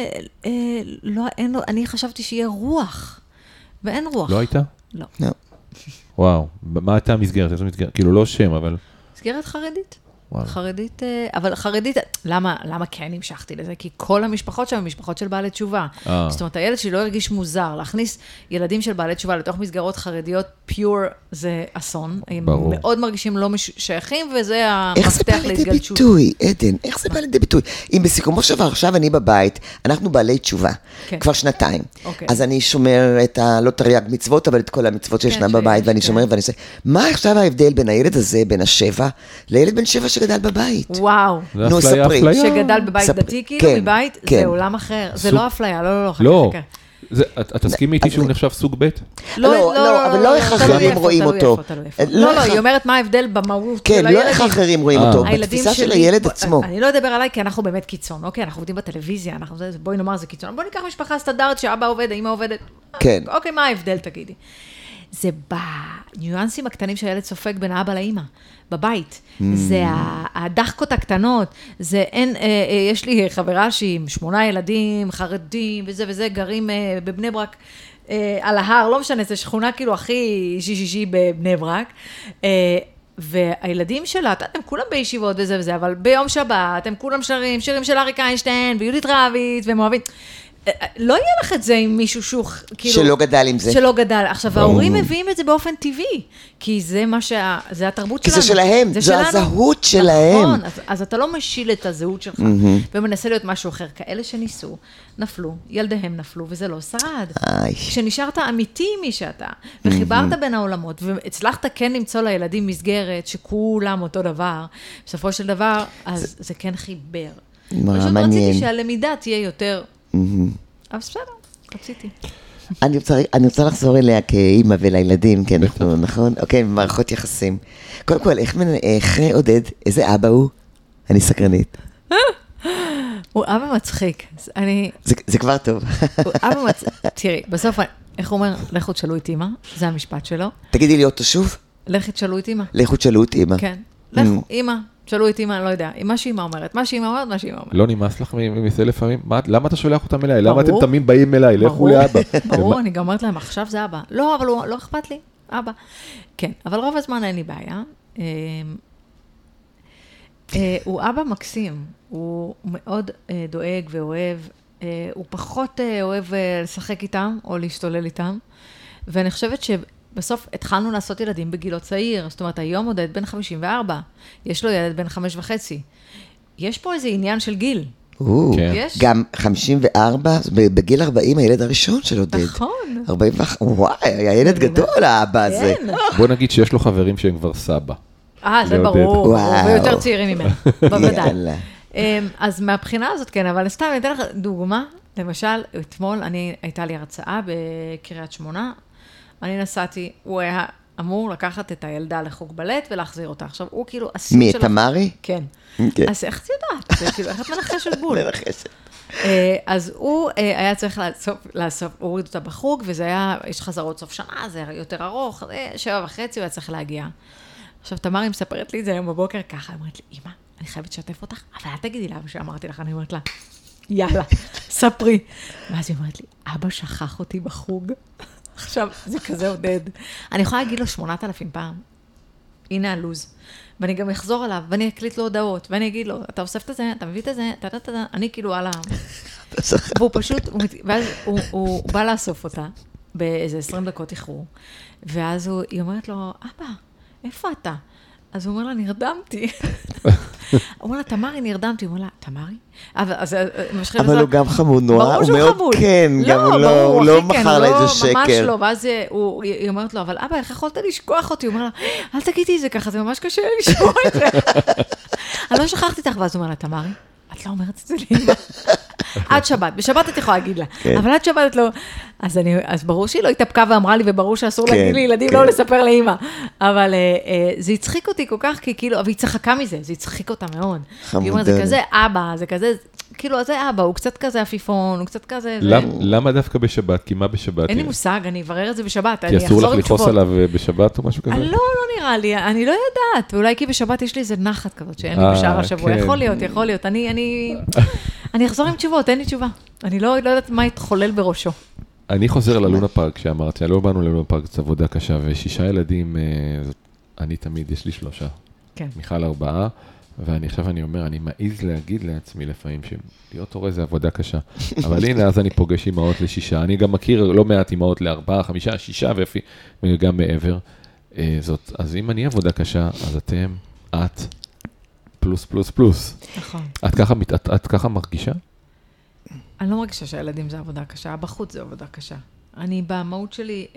אני חשבתי שיהיה רוח, ואין רוח. לא הייתה? לא. וואו, מה הייתה המסגרת? כאילו לא שם, אבל... מסגרת חרדית. חרדית, אבל חרדית, למה כן המשכתי לזה? כי כל המשפחות שם, משפחות של בעלי תשובה. זאת אומרת, הילד שלי לא הרגיש מוזר, להכניס ילדים של בעלי תשובה לתוך מסגרות חרדיות, פיור זה אסון. הם מאוד מרגישים לא שייכים, וזה המפתח להתגלשות. איך זה בא לידי ביטוי, עדן? איך זה בא לידי ביטוי? אם בסיכומו של דבר, עכשיו אני בבית, אנחנו בעלי תשובה, כבר שנתיים. אז אני שומר את לא תרי"ג מצוות, אבל את כל המצוות שישנם בבית, ואני שומר ואני עושה, מה עכשיו ההבדל בין הילד הזה, בין השבע, לילד בן 7 שגדל בבית? וואו. נו, ספרי. שגדל בבית דתי, כאילו, מבית, זה עולם אחר. זה לא אפליה, לא. את תסכים איתי שהוא נחשב סוג ב'? לא, אבל לא איך אחרים רואים אותו. לא, היא אומרת מה ההבדל במהות של הילד. כן, לא איך אחרים רואים אותו, בתפיסה של הילד עצמו. אני לא אדבר עליי, כי אנחנו באמת קיצון, אוקיי? אנחנו עובדים בטלוויזיה, בואי נאמר זה קיצון. בואי ניקח משפחה סטנדרט שאבא עובד, האמא עובדת. אוקיי, מה ההבדל, תגידי? זה בניואנסים הקטנים שהילד סופג בין האבא לאמא, בבית. זה הדחקות הקטנות, זה אין, יש לי חברה שהיא עם 8 ילדים, חרדים וזה, גרים בבני ברק, על ההר, לא משנה, זה שכונה כאילו הכי שישי בבני ברק, והילדים שלה, הם כולם בישיבות וזה, אבל ביום שבת, הם כולם שרים, שירים של אריק איינשטיין, ויהודית רביץ, והם אוהבים. לא יהיה לך את זה עם מישהו שהוא, כאילו... שלא גדל עם זה. שלא גדל. עכשיו, ההורים מביאים את זה באופן טבעי, כי זה זה התרבות שלנו. כי זה שלהם, זה הזהות שלהם. נכון, אז אתה לא משיל את הזהות שלך, ומנסה להיות משהו אחר. כאלה שניסו, נפלו, ילדיהם נפלו, וזה לא שרד. כשנשארת אמיתי מי שאתה, וחיברת בין העולמות, והצלחת כן למצוא לילדים מסגרת, שכולם אותו דבר, בסופו של דבר, אז זה כן חיבר. פשוט רציתי שהלמידה תהיה יותר... אבל בסדר, רציתי. אני רוצה לחזור אליה כאימא ולילדים, כן, נכון? אוקיי, מערכות יחסים. קודם כל, איך עודד, איזה אבא הוא? אני סקרנית. הוא אבא מצחיק. זה כבר טוב. הוא אבא מצחיק. תראי, בסוף, איך הוא אומר, לכו תשאלו את אמא, זה המשפט שלו. תגידי לי אותו שוב. לכו תשאלו את אמא. לכו תשאלו את אמא. כן, לכו, אמא. תשאלו את אמא, אני לא יודע, מה שאמא אומרת, מה שאמא אומרת. לא נמאס לך מזה לפעמים? למה אתה שולח אותם אליי? למה אתם תמיד באים אליי? לכו לאבא. ברור, אני גם אומרת להם, עכשיו זה אבא. לא, אבל לא אכפת לי, אבא. כן, אבל רוב הזמן אין לי בעיה. הוא אבא מקסים, הוא מאוד דואג ואוהב, הוא פחות אוהב לשחק איתם או להשתולל איתם, ואני חושבת בסוף התחלנו לעשות ילדים בגילות צעיר, זאת אומרת, היום עודד בן 54, יש לו ילד בן 5.5. יש פה איזה עניין של גיל. גם 54, בגיל 40, הילד הראשון של עודד. נכון. 41, וואי, הילד גדול, האבא הזה. בוא נגיד שיש לו חברים שהם כבר סבא. זה ברור, ויותר צעירים ממנו, בוודאי. אז מהבחינה הזאת כן, אבל סתם, אני אתן לך דוגמה, למשל, אתמול הייתה לי הרצאה בקריית שמונה, אני נסעתי, הוא היה אמור לקחת את הילדה לחוג בלט ולהחזיר אותה. עכשיו, הוא כאילו... מי, את תמרי? כן. אז איך את יודעת? זה כאילו, איך את מנחשת בול? מנחשת. אז הוא היה צריך להוריד אותה בחוג, וזה היה, יש חזרות סוף שנה, זה יותר ארוך, 7:30, הוא היה צריך להגיע. עכשיו, תמרי מספרת לי את זה היום בבוקר ככה, היא אומרת לי, אמא, אני חייבת לשתף אותך, אבל אל תגידי לה, שאמרתי לך, אני אומרת לה, יאללה, ספרי. ואז היא אומרת לי, אבא שכח אותי בחוג. עכשיו, זה כזה עודד. אני יכולה להגיד לו 8,000 פעם. הנה הלוז. ואני גם אחזור עליו, ואני אקליט לו הודעות, ואני אגיד לו, אתה אוסף את זה, אתה מביא את זה, אני כאילו על והוא פשוט, ואז הוא בא לאסוף אותה, באיזה 20 דקות איחור, ואז היא אומרת לו, אבא, איפה אתה? אז הוא אומר לה, נרדמתי. הוא אומר לה, תמרי, נרדמתי. הוא אומר לה, תמרי? אבל הוא גם חמוד נורא. ברור שהוא חמוד. כן, גם הוא לא מכר לה איזה שקר. ממש לא, ואז היא אומרת לו, אבל אבא, איך יכולת לשכוח אותי? הוא אומר לה, אל תגידי את זה ככה, זה ממש קשה לשמוע את זה. אני לא שכחתי אותך, ואז הוא אומר לה, תמרי, את לא אומרת את זה לאמא. עד שבת, בשבת את יכולה להגיד לה, אבל עד שבת את לא, אז ברור שהיא לא התאפקה ואמרה לי, וברור שאסור להגיד לי ילדים לא לספר לאמא, אבל זה הצחיק אותי כל כך, כי כאילו, אבל היא צחקה מזה, זה הצחיק אותה מאוד. היא אומרת, זה כזה אבא, זה כזה, כאילו, זה אבא, הוא קצת כזה עפיפון, הוא קצת כזה... למה דווקא בשבת? כי מה בשבת? אין לי מושג, אני אברר את זה בשבת, כי אסור לך לכעוס עליו בשבת או משהו כזה? לא נראה לי, אני לא יודעת, אולי כי בשבת יש לי איזה נחת כזאת, שאין לי בשאר השבוע, יכול להיות, אני אחזור עם תשובות, אין לי תשובה. אני לא יודעת מה יתחולל בראשו. אני חוזר ללונה פארק שאמרתי, לא באנו ללונה פארק, זו עבודה קשה, ו6 ילדים, אני תמיד, יש לי 3. כן. מיכל 4, עכשיו אני אומר, אני מעיז להגיד לעצמי לפעמים שלהיות הורה זה עבודה קשה. אבל הנה, אז אני פוגש אמהות ל6, אני גם מכיר לא מעט אמהות ל4, 5, 6 וגם מעבר. אז אם אני עבודה קשה, אז אתם, את, פלוס, פלוס, פלוס. נכון. את ככה מרגישה? אני לא מרגישה שהילדים זה עבודה קשה, בחוץ זה עבודה קשה. אני במהות שלי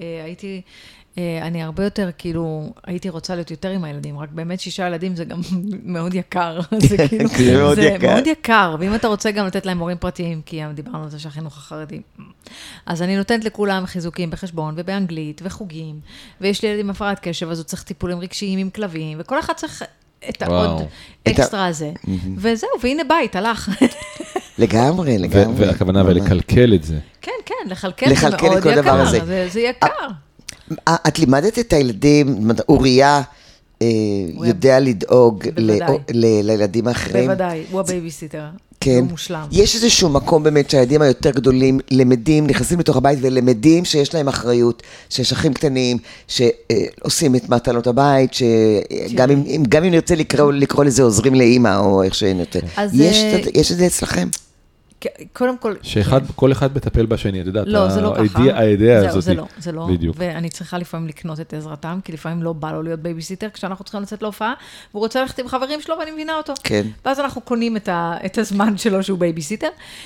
אני הרבה יותר, כאילו, הייתי רוצה להיות יותר עם הילדים, רק באמת 6 ילדים זה גם מאוד יקר. זה כאילו, זה מאוד יקר, ואם אתה רוצה גם לתת להם מורים פרטיים, כי דיברנו על זה שהחינוך החרדי. אז אני נותנת לכולם חיזוקים בחשבון ובאנגלית וחוגים, ויש לי ילדים עם הפרעת קשב, אז הוא צריך טיפולים רגשיים עם כלבים, וכל אחד צריך את העוד אקסטרה הזה. וזהו, והנה בית, הלך. לגמרי. והכוונה ולקלקל את זה. כן, לחלקל זה מאוד יקר, זה יקר. את לימדת את הילדים, אוריה יודע לדאוג לילדים האחרים. בוודאי, הוא הבייביסיטר. כן. יש איזשהו מקום באמת שהילדים היותר גדולים למדים, נכנסים לתוך הבית ולמדים שיש להם אחריות, שיש אחים קטנים, שעושים את מטלות הבית, שגם אם נרצה לקרוא לזה עוזרים לאמא או איך שנרצה. יש את זה אצלכם? קודם כל... שכל אחד מטפל בשני, את יודעת, לא, זה לא ככה. הידיעה הזאת. זה לא. בדיוק. ואני צריכה לפעמים לקנות את עזרתם, כי לפעמים לא בא לו להיות בייביסיטר, כשאנחנו צריכים לצאת להופעה, והוא רוצה ללכת עם חברים שלו, ואני מבינה אותו. כן. ואז אנחנו קונים את הזמן שלו שהוא בייביסיטר,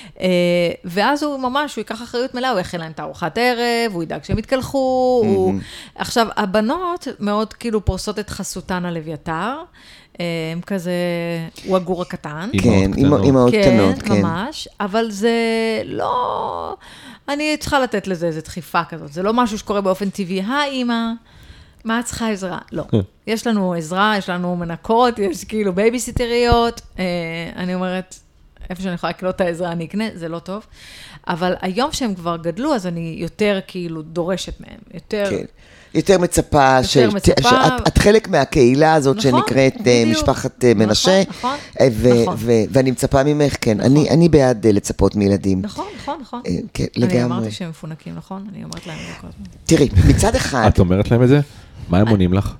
ואז הוא ממש, הוא ייקח אחריות מלאה, הוא יכין להם את ארוחת ערב, הוא ידאג שהם יתקלחו. עכשיו, הבנות מאוד כאילו פורסות את חסותן על אביתר, הם כזה, הוא הגור הקטן. כן, אמאות קטנות, כן. ממש, אבל זה לא, אני צריכה לתת לזה איזו דחיפה כזאת, זה לא משהו שקורה באופן טבעי, אמא, מה את צריכה עזרה? לא. יש לנו עזרה, יש לנו מנקות, יש כאילו בייביסיטריות, אני אומרת, איפה שאני יכולה לקנות את העזרה, אני אקנה, זה לא טוב, אבל היום שהם כבר גדלו, אז אני יותר כאילו דורשת מהם, יותר מצפה, את חלק מהקהילה הזאת שנקראת משפחת מנשה, ואני מצפה ממך, כן, אני בעד לצפות מילדים. נכון. לגמרי. אני אמרתי שהם מפונקים, נכון? אני אומרת להם כל הזמן. תראי, מצד אחד... את אומרת להם את זה? מה הם עונים לך?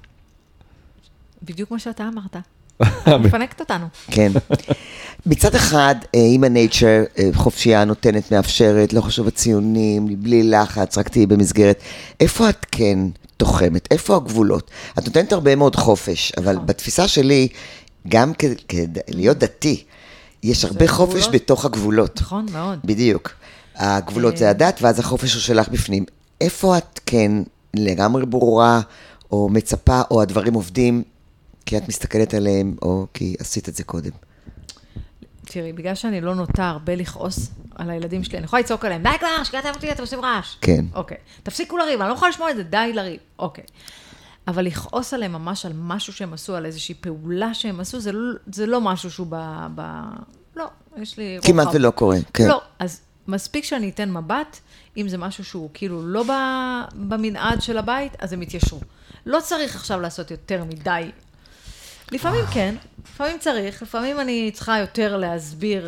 בדיוק כמו שאתה אמרת. מפנקת אותנו. כן. מצד אחד, אימא נייצ'ר, חופשייה נותנת, מאפשרת, לא חשוב הציונים, בלי לחץ, רק תהי במסגרת. איפה את כן תוחמת? איפה הגבולות? את נותנת הרבה מאוד חופש, אבל בתפיסה שלי, גם להיות דתי, יש הרבה חופש בתוך הגבולות. נכון, מאוד. בדיוק. הגבולות זה הדת, ואז החופש הוא שלך בפנים. איפה את כן לגמרי ברורה, או מצפה, או הדברים עובדים, כי את מסתכלת עליהם, או כי עשית את זה קודם? תראי, בגלל שאני לא נוטה הרבה לכעוס על הילדים שלי, אני יכולה לצעוק עליהם, די כבר, שגעתם אותי, אתם עושים רעש. כן. אוקיי. תפסיקו לריב, אני לא יכולה לשמוע את זה, די לריב. אוקיי. אבל לכעוס עליהם ממש על משהו שהם עשו, על איזושהי פעולה שהם עשו, זה לא משהו שהוא לא, יש לי רוחב. כמעט ולא קורה, כן. לא, אז מספיק שאני אתן מבט, אם זה משהו שהוא כאילו לא במנעד של הבית, אז הם יתיישרו. לא צריך עכשיו לעשות יותר מדי. לפעמים כן, לפעמים צריך, לפעמים אני צריכה יותר להסביר,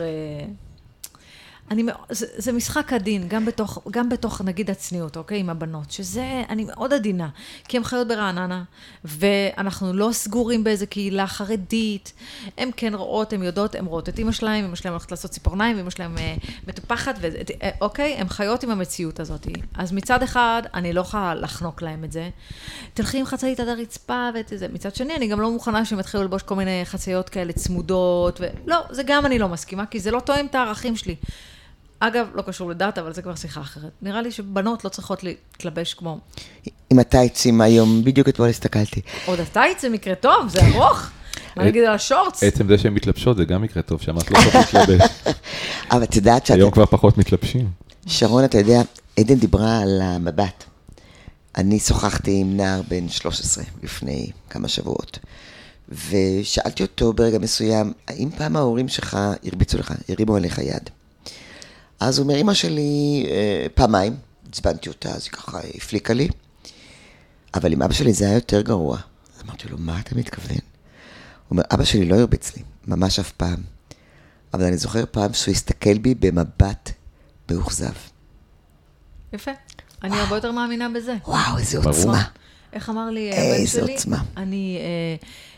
זה משחק עדין, גם בתוך נגיד הצניעות, אוקיי, עם הבנות, שזה, אני מאוד עדינה, כי הן חיות ברעננה, ואנחנו לא סגורים באיזה קהילה חרדית, הן כן רואות, הן יודעות, הן רואות את אמא שלהם, אמא שלהם הולכת לעשות ציפורניים, אמא שלהם מטופחת, אוקיי, הן חיות עם המציאות הזאת. אז מצד אחד, אני לא יכולה לחנוק להם את זה, תלכי עם חצאית עד הרצפה, מצד שני, אני גם לא מוכנה שהם יתחילו ללבוש כל מיני חצאיות כאלה צמודות, לא, זה גם אני לא מסכימה, כי זה לא תואם את הערכים שלי. אגב, לא קשור לדעת, אבל זה כבר שיחה אחרת. נראה לי שבנות לא צריכות להתלבש כמו... עם הטייצים היום, בדיוק אתמול הסתכלתי. עוד הטייץ זה מקרה טוב, זה ארוך. מה נגיד על השורטס? עצם זה שהן מתלבשות, זה גם מקרה טוב, שאמרת לא צריכות להתלבש. אבל את יודעת שאת... היום כבר פחות מתלבשים. שרון, אתה יודע, עדן דיברה על המבט. אני שוחחתי עם נער בן 13 לפני כמה שבועות, ושאלתי אותו ברגע מסוים, האם פעם ההורים שלך הרביצו לך, הרימו עליך יד? אז הוא אומר, אמא שלי פעמיים, הצבנתי אותה, אז היא ככה הפליקה לי, אבל עם אבא שלי זה היה יותר גרוע. אז אמרתי לו, מה אתה מתכוון? הוא אומר, אבא שלי לא הרביץ לי, ממש אף פעם. אבל אני זוכר פעם שהוא הסתכל בי במבט מאוכזב. יפה. אני הרבה יותר מאמינה בזה. וואו, איזו עוצמה. איך אמר לי הבן שלי? איזו עוצמה. אני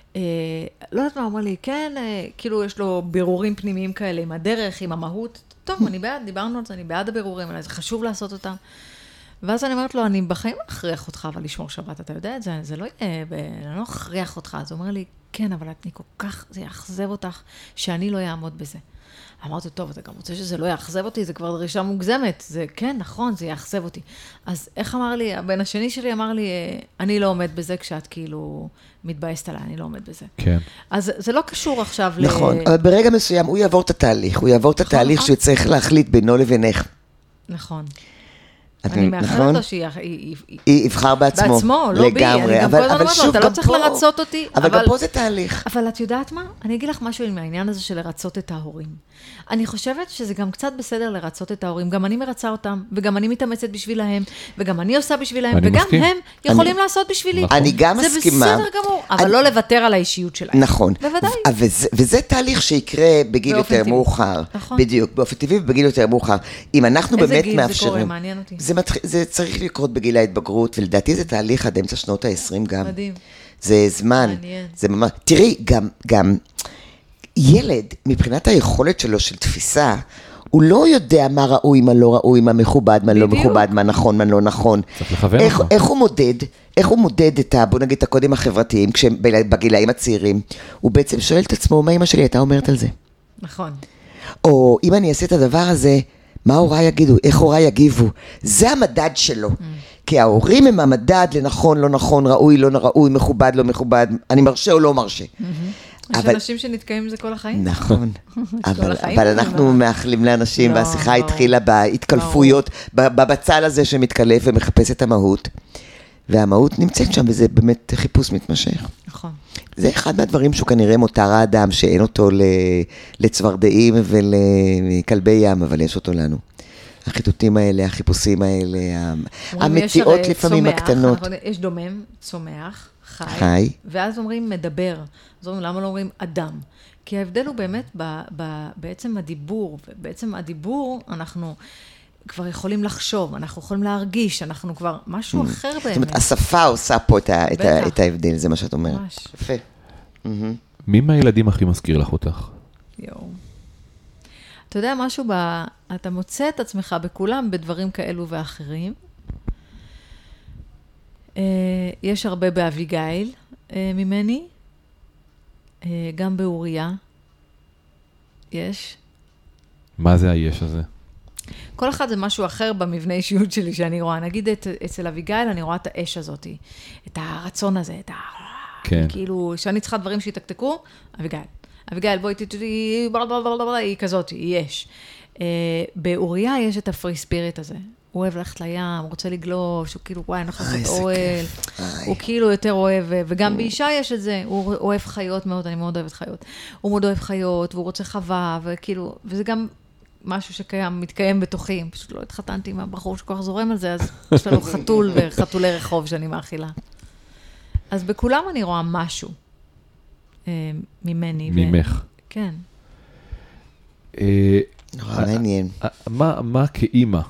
לא יודעת מה, הוא אומר לי, כן, כאילו יש לו בירורים פנימיים כאלה עם הדרך, עם המהות. טוב, אני בעד, דיברנו על זה, אני בעד הבירורים, זה חשוב לעשות אותם. ואז אני אומרת לו, אני בחיים לא אכריח אותך, אבל לשמור שבת, אתה יודע את זה, זה לא יהיה, אני לא אכריח אותך. אז הוא אומר לי, כן, אבל אני כל כך, זה יאכזב אותך, שאני לא אעמוד בזה. אמרתי, טוב, אתה גם רוצה שזה לא יאכזב אותי, זה כבר דרישה מוגזמת. זה, כן, נכון, זה יאכזב אותי. אז איך אמר לי, הבן השני שלי אמר לי, אני לא עומד בזה כשאת כאילו מתבאסת עליי, אני לא עומד בזה. כן. אז זה לא קשור עכשיו נכון, אבל ברגע מסוים הוא יעבור את התהליך, הוא יעבור את התהליך שהוא צריך להחליט בינו לבינך. נכון. אני מאחלת לו שהיא יבחר בעצמו. בעצמו, לא בי. אני גם כל הזמן אומרת לו, אתה לא צריך לרצות אותי. אבל גם פה זה תהליך. אבל את יודעת מה? אני אגיד לך משהו עם העניין הזה של לרצות את ההורים. אני חושבת שזה גם קצת בסדר לרצות את ההורים. גם אני מרצה אותם, וגם אני מתאמצת בשבילהם, וגם אני עושה בשבילהם, וגם הם יכולים לעשות בשבילי. אני גם מסכימה. זה בסדר גמור, אבל לא לוותר על האישיות שלהם. נכון. בוודאי. וזה תהליך שיקרה בגיל יותר מאוחר. בדיוק, באופן טבעי ובגיל יותר מאוחר. אם אנחנו באמת מאפשרים... איזה גיל זה קורה? מעניין אותי. זה צריך לקרות בגיל ההתבגרות, ולדעתי זה תהליך עד אמצע שנות ה-20 גם. מדהים. זה זמן. זה ממש... תראי, גם ילד, מבחינת היכולת שלו של תפיסה, הוא לא יודע מה ראוי, מה לא ראוי, מה מכובד, מה לא מכובד, מה נכון, מה לא נכון. צריך לכוון אותו. איך הוא מודד את בוא נגיד, את הקודים החברתיים, בגילאים הצעירים, הוא בעצם שואל את עצמו, מה אמא שלי הייתה אומרת על זה? נכון. או אם אני אעשה את הדבר הזה, מה הוריי יגידו, איך הוריי יגיבו? זה המדד שלו. כי ההורים הם המדד לנכון, לא נכון, ראוי, לא ראוי, מכובד, לא מכובד, אני מרשה או לא מרשה. יש אנשים שנתקעים עם זה כל החיים. נכון, אבל אנחנו מאחלים לאנשים, והשיחה התחילה בהתקלפויות, בבצל הזה שמתקלף ומחפש את המהות, והמהות נמצאת שם, וזה באמת חיפוש מתמשך. נכון. זה אחד מהדברים שהוא כנראה מותר האדם, שאין אותו לצוורדעים ולכלבי ים, אבל יש אותו לנו. החיטוטים האלה, החיפושים האלה, המציאות לפעמים הקטנות. יש דומם, צומח, חי, ואז אומרים מדבר. אז אומרים, למה לא אומרים אדם? כי ההבדל הוא באמת בעצם הדיבור, ובעצם הדיבור אנחנו כבר יכולים לחשוב, אנחנו יכולים להרגיש, אנחנו כבר משהו אחר באמת. זאת אומרת, השפה עושה פה את ההבדל, זה מה שאת אומרת. ממש. יפה. מי מהילדים הכי מזכיר לך אותך? יואו. אתה יודע, משהו אתה מוצא את עצמך בכולם בדברים כאלו ואחרים. יש הרבה באביגיל ממני, גם באוריה. יש. מה זה היש הזה? כל אחד זה משהו אחר במבנה אישיות שלי שאני רואה. נגיד אצל אביגיל אני רואה את האש הזאת, את הרצון הזה, את כן. כאילו, שאני צריכה דברים שיתקתקו, אביגיל, בואי תתתי, היא כזאת, היא יש. באוריה יש את הפרי ספיריט הזה. הוא אוהב ללכת לים, הוא רוצה לגלוש, הוא כאילו, וואי, אנחנו עושים אוהל. הוא כאילו יותר אוהב, וגם באישה יש את זה, הוא אוהב חיות מאוד, אני מאוד אוהבת חיות. הוא מאוד אוהב חיות, והוא רוצה חווה, וכאילו, וזה גם משהו שקיים, מתקיים בתוכי, פשוט לא התחתנתי עם הבחור שכוח זורם על זה, אז יש לנו חתול וחתולי רחוב שאני מאכילה. אז בכולם אני רואה משהו ממני. ממך. כן. נורא מעניין. מה כאימא?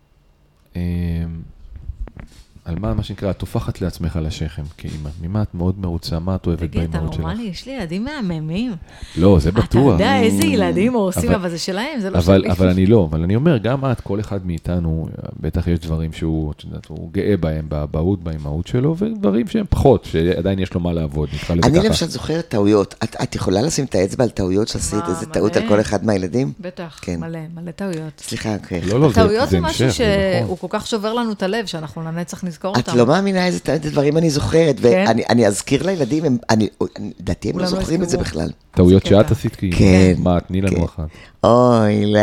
על מה שנקרא, את הופכת לעצמך על השכם כאימא. ממה את מאוד מרוצה, מה את אוהבת באימהות שלך? תגיד, אתה נורמלי, יש לי ילדים מהממים. לא, זה בטוח. אתה יודע איזה ילדים עושים, אבל זה שלהם, זה לא שלי. אבל אני לא, אבל אני אומר, גם את, כל אחד מאיתנו, בטח יש דברים שהוא גאה בהם, באבהות, באימהות שלו, ודברים שהם פחות, שעדיין יש לו מה לעבוד, נקרא לזה ככה. אני למשל זוכרת טעויות. את יכולה לשים את האצבע על טעויות שעשית, איזה טעות על כל אחד מהילדים? בטח, מלא טעויות. סליחה, אוקיי. הטעויות זה משהו שהוא כל כך שובר לנו את הלב, שאנחנו לנצח נזכור אותם. את לא מאמינה איזה דברים אני זוכרת, ואני אזכיר לילדים, לדעתי הם לא זוכרים את זה בכלל. טעויות שאת עשית כאימא. כן. מה, תני לנו אחת. אוי, לא.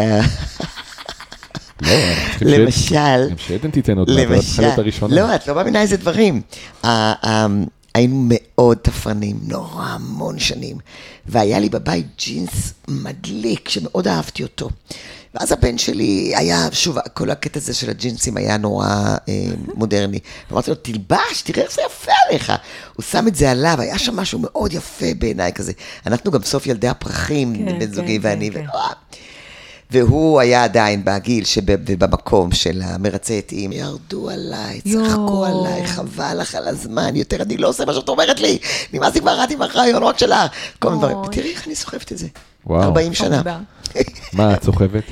למשל. גם שעדן תיתן אותה, אבל את צריכה להיות הראשונה. לא, את לא מאמינה איזה דברים. היינו מאוד תפרנים, נורא המון שנים, והיה לי בבית ג'ינס מדליק, שמאוד אהבתי אותו. ואז הבן שלי היה, שוב, כל הקטע הזה של הג'ינסים היה נורא מודרני. ואמרתי לו, תלבש, תראה איך זה יפה עליך. הוא שם את זה עליו, היה שם משהו מאוד יפה בעיניי כזה. אנחנו גם סוף ילדי הפרחים, בן זוגי ואני. והוא היה עדיין בגיל ובמקום של המרצה עתים. ירדו עליי, צחקו עליי, חבל לך על הזמן, יותר אני לא עושה מה שאת אומרת לי, נמאס לי כבר ראיתי מהרעיון, רק שלה, כל מיני דברים. ותראי איך אני סוחבת את זה. 40 שנה. מה את סוחבת?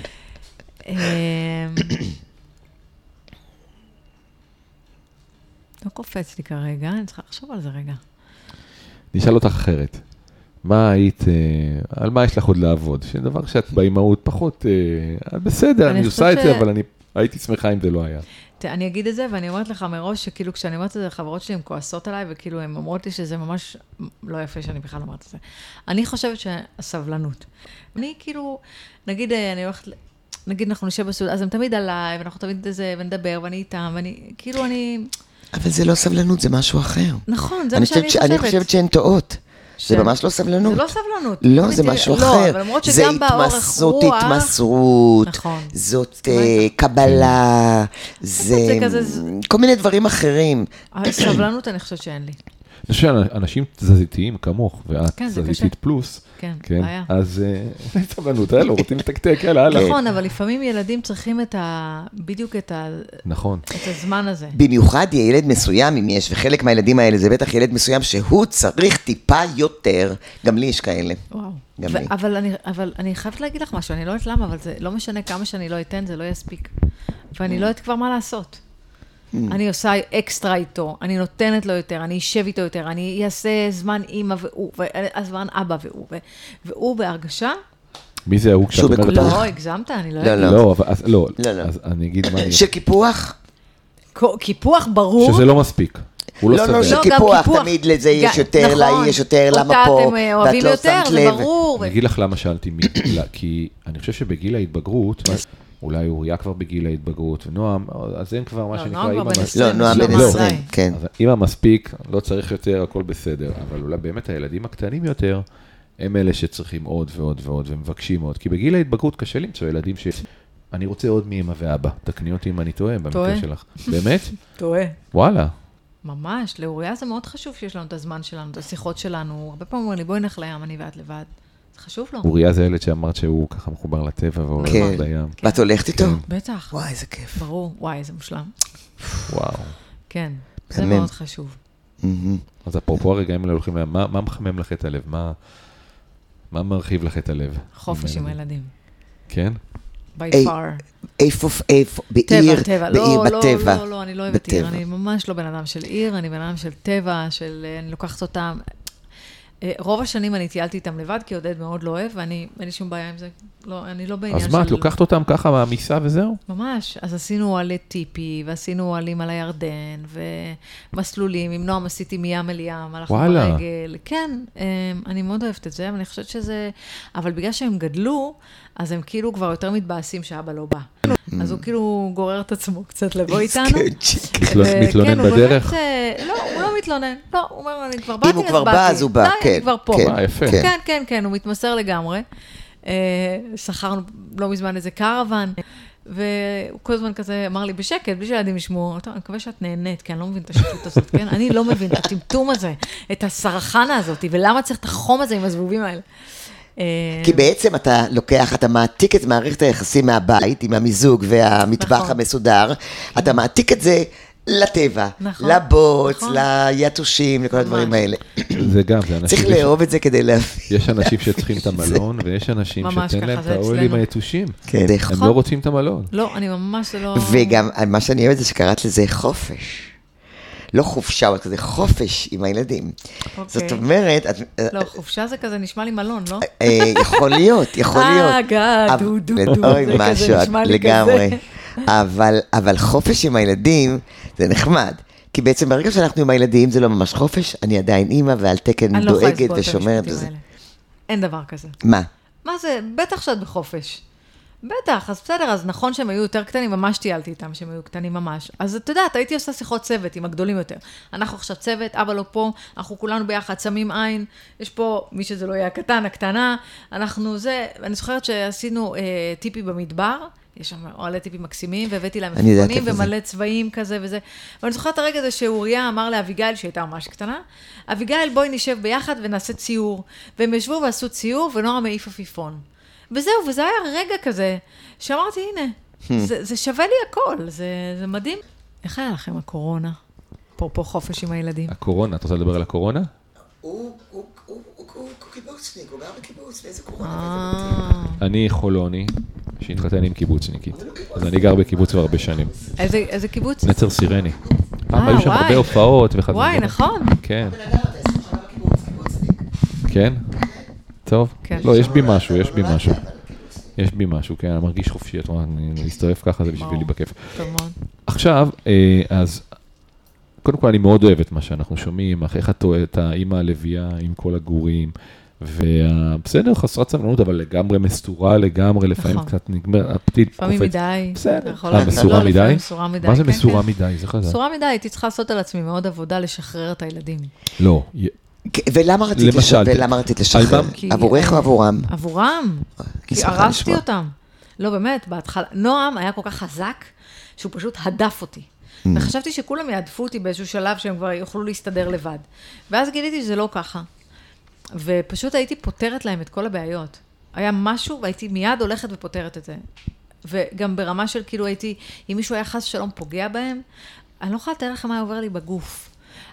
לא קופץ לי כרגע, אני צריכה לחשוב על זה רגע. נשאל אותך אחרת. מה היית, על מה יש לך עוד לעבוד? שדבר שאת באימהות פחות, בסדר, אני עושה את זה, אבל אני הייתי שמחה אם זה לא היה. אני אגיד את זה, ואני אומרת לך מראש, שכאילו כשאני אומרת את זה, החברות שלי הן כועסות עליי, וכאילו הן אומרות לי שזה ממש לא יפה שאני בכלל אומרת את זה. אני חושבת שהסבלנות. אני כאילו, נגיד, אני הולכת, נגיד אנחנו נשב בסעודה, אז הם תמיד עליי, ואנחנו תמיד זה, ונדבר, ואני איתם, ואני, כאילו אני... אבל זה לא סבלנות, זה משהו אחר. נכון, זה מה שאני חושבת. אני חושבת שהן טועות. זה ממש לא סבלנות. זה לא סבלנות. לא, זה משהו אחר. זה התמסרות, זאת קבלה, זה כל מיני דברים אחרים. סבלנות אני חושבת שאין לי. אני חושב שאנשים תזזיתיים כמוך, ואת תזזיתית פלוס, אז אין סבלנות, לא רוצים לתקתק, הלאה. נכון, אבל לפעמים ילדים צריכים בדיוק את הזמן הזה. במיוחד ילד מסוים, אם יש, וחלק מהילדים האלה זה בטח ילד מסוים שהוא צריך טיפה יותר, גם לי יש כאלה. וואו. אבל אני חייבת להגיד לך משהו, אני לא יודעת למה, אבל זה לא משנה כמה שאני לא אתן, זה לא יספיק. ואני לא יודעת כבר מה לעשות. אני עושה אקסטרה איתו, אני נותנת לו יותר, אני אשב איתו יותר, אני אעשה זמן אמא והוא, זמן אבא והוא בהרגשה. מי זה הוא כשאת אומרת? לא, הגזמת, אני לא יודעת. לא, אז אני אגיד מה אני... שקיפוח? קיפוח ברור. שזה לא מספיק. לא, שקיפוח, תמיד לזה יש יותר, לה יש יותר, למה פה, אותה אתם אוהבים יותר, זה ברור. אני אגיד לך למה שאלתי מי, כי אני חושב שבגיל ההתבגרות, אולי אוריה כבר בגיל ההתבגרות, ונועם, אז אין כבר מה שנקרא אימא מספיק. לא, נועם בן 20, כן. אז אימא מספיק, לא צריך יותר, הכל בסדר, אבל אולי באמת הילדים הקטנים יותר, הם אלה שצריכים עוד ועוד ועוד, ומבקשים עוד, כי בגיל ההתבגרות קשה למצוא ילדים אני רוצה עוד מאמא ואבא, תקני אותי אם אני טועה במקרה שלך. באמת? טועה. וואלה. ממש, לאוריה זה מאוד חשוב שיש לנו את הזמן שלנו, את השיחות שלנו, הרבה פעמים אומרים לי, בואי נלך לים, אני ואת לבד. זה חשוב לו. אוריה זה ילד שאמרת שהוא ככה מחובר לטבע והולך לים. ואת הולכת איתו? בטח. וואי, איזה כיף. ברור, וואי, איזה מושלם. וואו. כן, זה מאוד חשוב. אז אפרופו הרגעים האלה הולכים לים, מה מחמם לך את הלב? מה מרחיב לך את הלב? חופש עם הילדים. כן? by far. איפה, בעיר, בטבע. לא, אני לא אוהבת עיר, אני ממש לא בן אדם של עיר, אני בן אדם של טבע, אני לוקחת אותם. רוב השנים אני טיילתי איתם לבד, כי עודד מאוד לא אוהב, ואני, אין לי שום בעיה עם זה. לא, אני לא בעניין של... אז מה, את לוקחת אותם ככה מהמיסה וזהו? ממש. אז עשינו עלי טיפי, ועשינו עלים על הירדן, ומסלולים, עם נועם עשיתי מים אל ים, הלכנו ברגל. כן, אני מאוד אוהבת את זה, אבל אני חושבת שזה... אבל בגלל שהם גדלו, אז הם כאילו כבר יותר מתבאסים שאבא לא בא. אז הוא כאילו גורר את עצמו קצת לבוא איתנו. מתלונן בדרך? לא, הוא לא מתלונן. לא, הוא אומר, אני כבר באתי, אם הוא כבר בא, אז הוא בא. אני כבר פה. כן, כן, הוא מתמסר לגמרי. שכרנו לא מזמן איזה קרוון, והוא כל הזמן כזה אמר לי בשקט, בלי שילדים ישמעו, אני מקווה שאת נהנית, כי אני לא מבין את השקט הזאת, כן? אני לא מבין את הטמטום הזה, את הסרחנה הזאת, ולמה צריך את החום הזה עם הזבובים האלה. כי בעצם אתה לוקח, אתה מעתיק את מערכת היחסים מהבית, עם המיזוג והמטבח המסודר, אתה מעתיק את זה לטבע, לבוץ, ליתושים, לכל הדברים האלה. זה גם, זה אנשים... צריך לאהוב את זה כדי להבין. יש אנשים שצריכים את המלון, ויש אנשים שתן להם את האוהל עם היתושים. הם לא רוצים את המלון. לא, אני ממש לא... וגם מה שאני אוהבת זה שקראת לזה חופש. לא חופשה, אבל כזה חופש עם הילדים. זאת אומרת... לא, חופשה זה כזה נשמע לי מלון, לא? יכול להיות. דודו, אוי, משהו, לגמרי. אבל חופש עם הילדים זה נחמד. כי בעצם ברגע שאנחנו עם הילדים זה לא ממש חופש, אני עדיין אימא ועל תקן דואגת ושומרת וזה. אין דבר כזה. מה? מה זה? בטח שאת בחופש. בטח, אז בסדר, אז נכון שהם היו יותר קטנים, ממש טיילתי איתם שהם היו קטנים ממש. אז אתה יודעת, הייתי עושה שיחות צוות עם הגדולים יותר. אנחנו עכשיו צוות, אבא לא פה, אנחנו כולנו ביחד, שמים עין, יש פה מי שזה לא יהיה הקטן, הקטנה, אנחנו זה, אני זוכרת שעשינו טיפי במדבר, יש שם אוהלי טיפים מקסימים, והבאתי להם מפונים ומלא צבעים כזה וזה. ואני זוכרת הרגע הזה שאוריה אמר לאביגיל, שהייתה ממש קטנה, אביגיל בואי נשב ביחד ונעשה ציור. והם ישבו ועשו ציור, ונורא מעיף עפיפון. וזהו, וזה היה רגע כזה, שאמרתי, הנה, זה שווה לי הכל, זה מדהים. איך היה לכם הקורונה? פה חופש עם הילדים. הקורונה, אתה רוצה לדבר על הקורונה? הוא קיבוצניק, הוא גר בקיבוץ, באיזה קורונה? אני חולוני, שהתחתן עם קיבוצניקית. אז אני גר בקיבוץ כבר הרבה שנים. איזה קיבוץ? נצר סירני. פעם היו שם הרבה הופעות וחזרה. וואי, נכון. כן. כן? טוב. לא, יש בי משהו, יש בי משהו, כן, אני מרגיש חופשי, את רואה, אני להסתובב ככה, זה בשבילי בכיף. עכשיו, אז, קודם כל אני מאוד אוהב את מה שאנחנו שומעים, איך את אוהבת האמא הלוויה עם כל הגורים, ובסדר, חסרת סבלנות, אבל לגמרי מסתורה, לגמרי, לפעמים קצת נגמר, הפתיל קופץ. לפעמים מדי. בסדר. מסורה מדי? מה זה מסורה מדי? זה חזק. מסורה מדי, הייתי צריכה לעשות על עצמי מאוד עבודה לשחרר את הילדים. לא. ולמה רצית לשחרר? עבורך או עבורם? עבורם. כי הרסתי אותם. לא, באמת, בהתחלה. נועם היה כל כך חזק, שהוא פשוט הדף אותי. וחשבתי שכולם יעדפו אותי באיזשהו שלב שהם כבר יוכלו להסתדר לבד. ואז גיליתי שזה לא ככה. ופשוט הייתי פותרת להם את כל הבעיות. היה משהו, והייתי מיד הולכת ופותרת את זה. וגם ברמה של כאילו הייתי, אם מישהו היה חס שלום פוגע בהם, אני לא יכולה לתאר לכם מה עובר לי בגוף.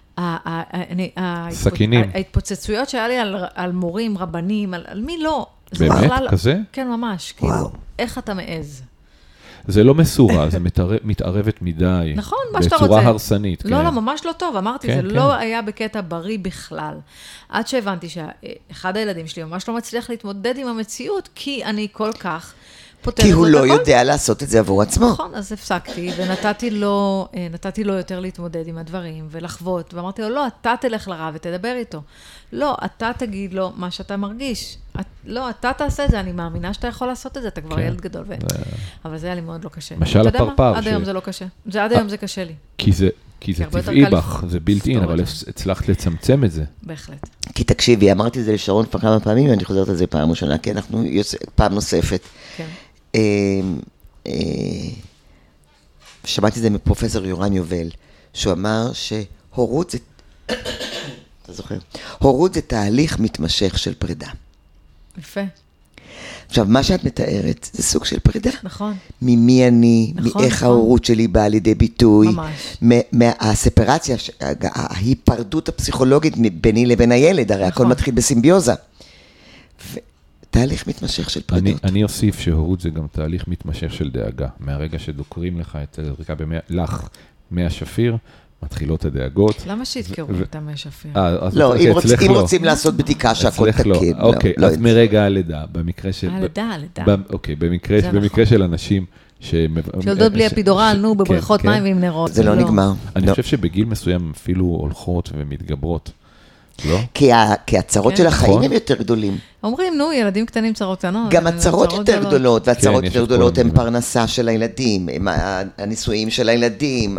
סכינים. ההתפוצצויות שהיה לי על מורים, רבנים, על מי לא. באמת? כזה? כן, ממש. כאילו, איך אתה מעז? זה לא מסורה, זה מתערבת מדי. נכון, מה שאתה רוצה. בצורה הרסנית. לא, לא, ממש לא טוב. אמרתי, זה לא היה בקטע בריא בכלל. עד שהבנתי שאחד הילדים שלי ממש לא מצליח להתמודד עם המציאות, כי אני כל כך פותרת כי הוא זאת לא הכל. יודע לעשות את זה עבור עצמו. נכון, אז הפסקתי, ונתתי לו יותר להתמודד עם הדברים, ולחוות, ואמרתי לו, לא, אתה תלך לרב ותדבר איתו. לא, אתה תגיד לו מה שאתה מרגיש. לא, אתה תעשה את זה, אני מאמינה שאתה יכול לעשות את זה, אתה כבר ילד גדול. אבל זה היה לי מאוד לא קשה. משל הפרפר. עד היום זה לא קשה. עד היום זה קשה לי. כי זה טבעי בך, זה בלתי אין, אבל הצלחת לצמצם את זה. בהחלט. כי תקשיבי, אמרתי את זה לשרון כבר כמה פעמים, ואני חוזרת על זה פעם ראשונה, כי אנחנו פעם נוספת. כן. שמעתי את זה מפרופסור יורם יובל, שהוא אמר שהורות זה, אתה זוכר? הורות זה תהליך מתמשך של פרידה. יפה. עכשיו, מה שאת מתארת, זה סוג של פרידה. נכון. ממי אני, מאיך ההורות שלי באה לידי ביטוי. ממש. מהספרציה, ההיפרדות הפסיכולוגית ביני לבין הילד, הרי הכל מתחיל בסימביוזה. תהליך מתמשך של פרידות. אני אוסיף שהורות זה גם תהליך מתמשך של דאגה. מהרגע שדוקרים לך את הזריקה לך מהשפיר, מתחילות הדאגות. למה שיתקרו אותה מהשפיר? לא, אם רוצים לעשות בדיקה שהכל תקין. אוקיי, אז מרגע הלידה, במקרה של... הלידה. אוקיי, במקרה של אנשים שיולדות בלי אפידורל, נו, בבריכות מים ועם נרות. זה לא נגמר. אני חושב שבגיל מסוים אפילו הולכות ומתגברות. לא? כי הצרות של החיים הם יותר גדולים. אומרים, נו, ילדים קטנים צרות קטנות. גם הצרות יותר גדולות, והצרות יותר גדולות הן פרנסה של הילדים, הם הנישואים של הילדים.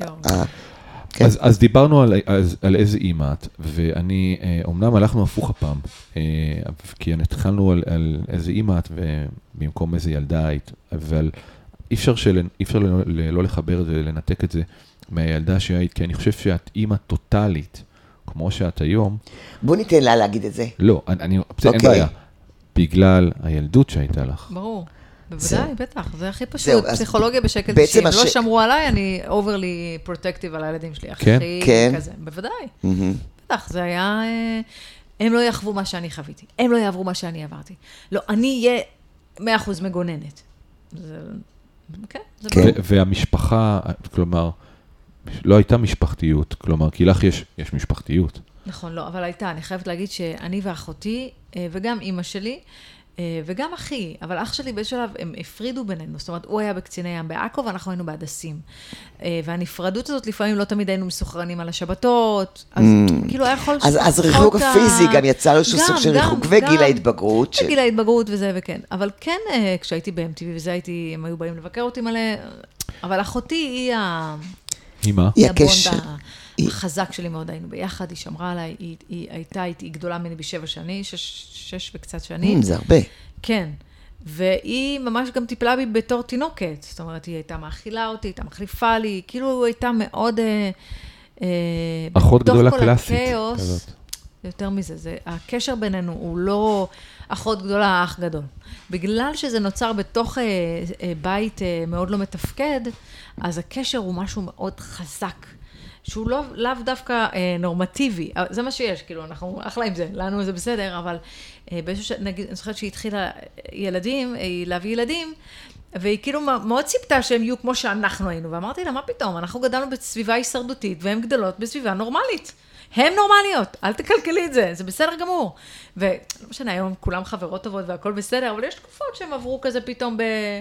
אז דיברנו על איזה אימא את, ואני, אמנם הלכנו הפוך הפעם, כי התחלנו על איזה אימא את, ובמקום איזה ילדה היית, אבל אי אפשר לא לחבר את זה, לנתק את זה מהילדה שהיית, כי אני חושב שאת אימא טוטלית, כמו שאת היום. בוא ניתן לה להגיד את זה. לא, אין בעיה. בגלל הילדות שהייתה לך. ברור. בוודאי, בטח. זה הכי פשוט. פסיכולוגיה בשקל 90. לא שמרו עליי, אני overly protective על הילדים שלי. כן. כזה. בוודאי. בטח, זה היה... הם לא יחוו מה שאני חוויתי. הם לא יעברו מה שאני עברתי. לא, אני אהיה 100% מגוננת. כן, זה ברור. והמשפחה, כלומר... לא הייתה משפחתיות, כלומר, כי לך יש משפחתיות. נכון, לא, אבל הייתה, אני חייבת להגיד שאני ואחותי, וגם אמא שלי, וגם אחי, אבל אח שלי בשלב, הם הפרידו בינינו, זאת אומרת, הוא היה בקציני ים בעכו, ואנחנו היינו בהדסים. והנפרדות הזאת, לפעמים לא תמיד היינו מסוחרנים על השבתות, אז כאילו היה יכול... אז ריחוק הפיזי גם יצא לו סוג של ריחוק, וגיל ההתבגרות. וגיל ההתבגרות וזה וכן, אבל כן, כשהייתי ב-MTV וזה הייתי, הם היו באים לבקר אותי מלא, אבל אחותי היא היא הקשר. החזק שלי מאוד, היינו ביחד, היא שמרה עליי, היא הייתה איתי, היא גדולה ממני ב7 שנים, 6 וקצת שנים. זה הרבה. כן, והיא ממש גם טיפלה בי בתור תינוקת, זאת אומרת, היא הייתה מאכילה אותי, הייתה מחליפה לי, כאילו היא הייתה מאוד... אחות גדולה קלאסית כזאת. יותר מזה. הקשר בינינו הוא לא אחות גדולה, אח גדול. בגלל שזה נוצר בתוך בית מאוד לא מתפקד, אז הקשר הוא משהו מאוד חזק. שהוא לאו דווקא נורמטיבי, זה מה שיש, כאילו, אנחנו אחלה עם זה, לנו זה בסדר, אבל נגיד, אני זוכרת שהיא התחילה להביא ילדים, והיא כאילו מאוד ציפתה שהם יהיו כמו שאנחנו היינו, ואמרתי לה, מה פתאום, אנחנו גדלנו בסביבה הישרדותית, והן גדלות בסביבה נורמלית. הן נורמליות, אל תקלקלי את זה, זה בסדר גמור. ולא משנה, היום כולם חברות טובות והכל בסדר, אבל יש תקופות שהם עברו כזה פתאום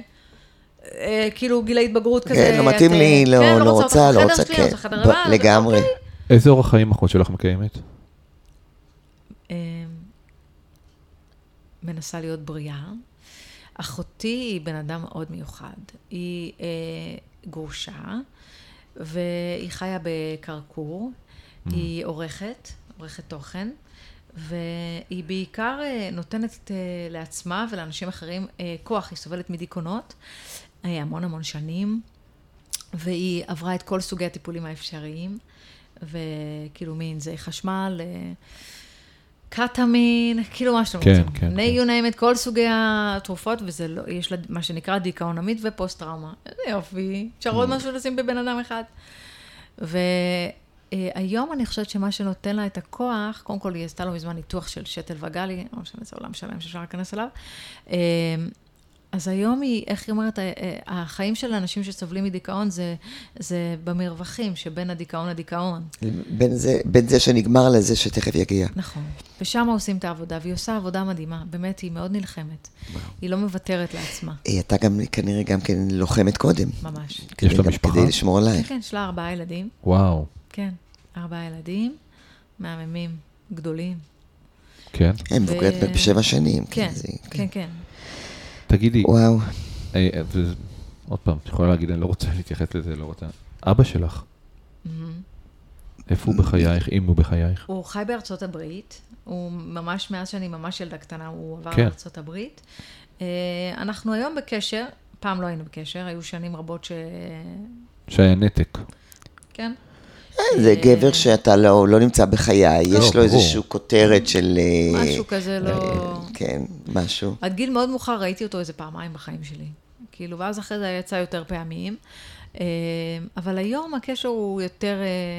כאילו גילי התבגרות כזה. כן, לא מתאים לי, לא רוצה, כן, לגמרי. איזה אורח חיים אחות שלך מקיימת? מנסה להיות בריאה. אחותי היא בן אדם מאוד מיוחד. היא גרושה, והיא חיה בקרקור. היא עורכת תוכן, והיא בעיקר נותנת לעצמה ולאנשים אחרים כוח. היא סובלת מדיכאונות המון שנים, והיא עברה את כל סוגי הטיפולים האפשריים, וכאילו מנזי חשמל, קטמין, כאילו מה שאתם רוצים. כן. you name it, כל סוגי התרופות, ויש לה מה שנקרא דיכאון עמית ופוסט טראומה. איזה יופי, אפשר עוד משהו לשים בבן אדם אחד. היום אני חושבת שמה שנותן לה את הכוח, קודם כל היא עשתה לו מזמן ניתוח של שתל וגלי, לא משנה, זה עולם שלם שאפשר להיכנס אליו, אז היום היא, איך היא אומרת, החיים של האנשים שסובלים מדיכאון זה במרווחים שבין הדיכאון לדיכאון. בין זה שנגמר לזה שתכף יגיע. נכון. ושם עושים את העבודה, והיא עושה עבודה מדהימה. באמת, היא מאוד נלחמת. היא לא מוותרת לעצמה. אתה גם, כנראה גם כן לוחמת קודם. ממש. יש לה משפחה? כדי לשמור עלייך. כן, יש לה 4 ילדים. וואו. כן, 4 ילדים, מהממים, גדולים. כן. הם בוגרת ב7 שנים. כן. תגידי, וואו. עוד פעם, את יכולה להגיד, אני לא רוצה להתייחס לזה, לא רוצה. אבא שלך, איפה הוא בחייך, אם הוא בחייך? הוא חי בארצות הברית, הוא ממש מאז שאני ממש ילדה קטנה, הוא עבר לארצות הברית. אנחנו היום בקשר, פעם לא היינו בקשר, היו שנים רבות שהיה נתק. כן. זה גבר שאתה לא נמצא בחיי, יש לו איזושהי כותרת של... משהו כזה לא... כן, משהו. עד גיל מאוד מאוחר ראיתי אותו איזה פעמיים בחיים שלי. כאילו, ואז אחרי זה יצא יותר פעמים. אבל היום הקשר הוא יותר...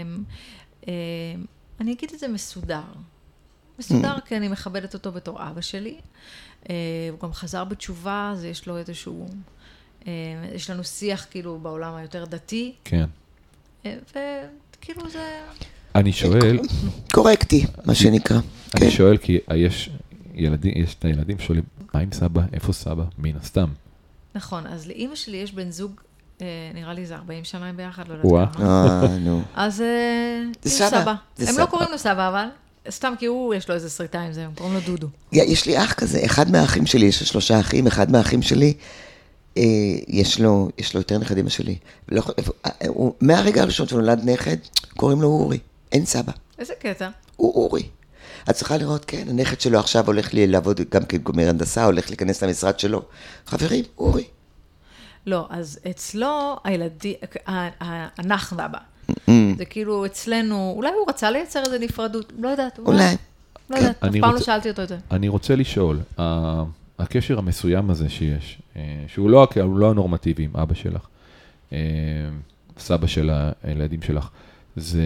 אני אגיד את זה מסודר. מסודר כי אני מכבדת אותו בתור אבא שלי. הוא גם חזר בתשובה, אז יש לו איזשהו... יש לנו שיח כאילו בעולם היותר דתי. כן. וכאילו זה... אני שואל... קורקטי, מה שנקרא. אני שואל כי יש את הילדים שואלים, מה עם סבא? איפה סבא? מן הסתם. נכון, אז לאמא שלי יש בן זוג, נראה לי זה 40 שנה הם ביחד, לא יודעת כמה. נו. אז סבא. הם לא קוראים לו סבא, אבל סתם כי יש לו איזה סריטה עם זה, הם קוראים לו דודו. יש לי אח כזה, אחד מהאחים שלי, יש 3 אחים, אחד מהאחים שלי, יש לו יותר נכדים שלי. מהרגע הראשון שנולד נכד, קוראים לו אורי. אין סבא. איזה קטע? הוא אורי. את צריכה לראות, כן, הנכד שלו עכשיו הולך לי לעבוד גם כגומר הנדסה, הולך להיכנס למשרד שלו. חברים, אורי. לא, אז אצלו הילדים, אנחנו אבא. זה כאילו אצלנו, אולי הוא רצה לייצר איזה נפרדות, לא יודעת. אולי. לא יודעת, אף פעם לא שאלתי אותו את זה. אני רוצה לשאול, הקשר המסוים הזה שיש, שהוא לא הנורמטיבי עם אבא שלך, סבא של הילדים שלך, זה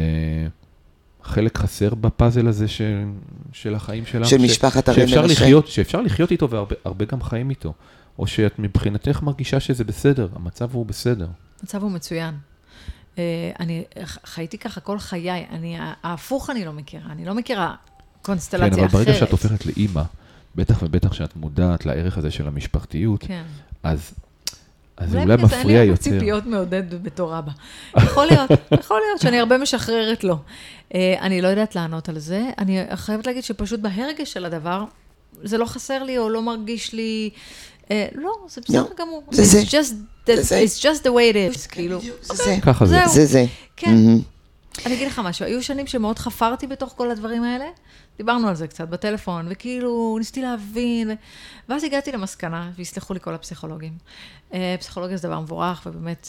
חלק חסר בפאזל הזה של החיים שלך? של משפחת הרי מנשה. שאפשר לחיות איתו והרבה גם חיים איתו, או שאת מבחינתך מרגישה שזה בסדר, המצב הוא בסדר. המצב הוא מצוין. אני חייתי ככה כל חיי, ההפוך אני לא מכירה, אני לא מכירה קונסטלציה אחרת. כן, אבל ברגע שאת הופכת לאמא, בטח ובטח שאת מודעת לערך הזה של המשפחתיות, אז זה אולי מפריע יותר. אין לי ציפיות מעודד בתור אבא. יכול להיות שאני הרבה משחררת לו. אני לא יודעת לענות על זה. אני חייבת להגיד שפשוט בהרגש של הדבר, זה לא חסר לי או לא מרגיש לי... לא, זה בסדר גמור. It's just the way it is, כאילו. ככה זה. זה. כן. אני אגיד לך משהו, היו שנים שמאוד חפרתי בתוך כל הדברים האלה, דיברנו על זה קצת בטלפון, וכאילו ניסיתי להבין, ואז הגעתי למסקנה, ויסלחו לי כל הפסיכולוגים. פסיכולוגיה זה דבר מבורך, ובאמת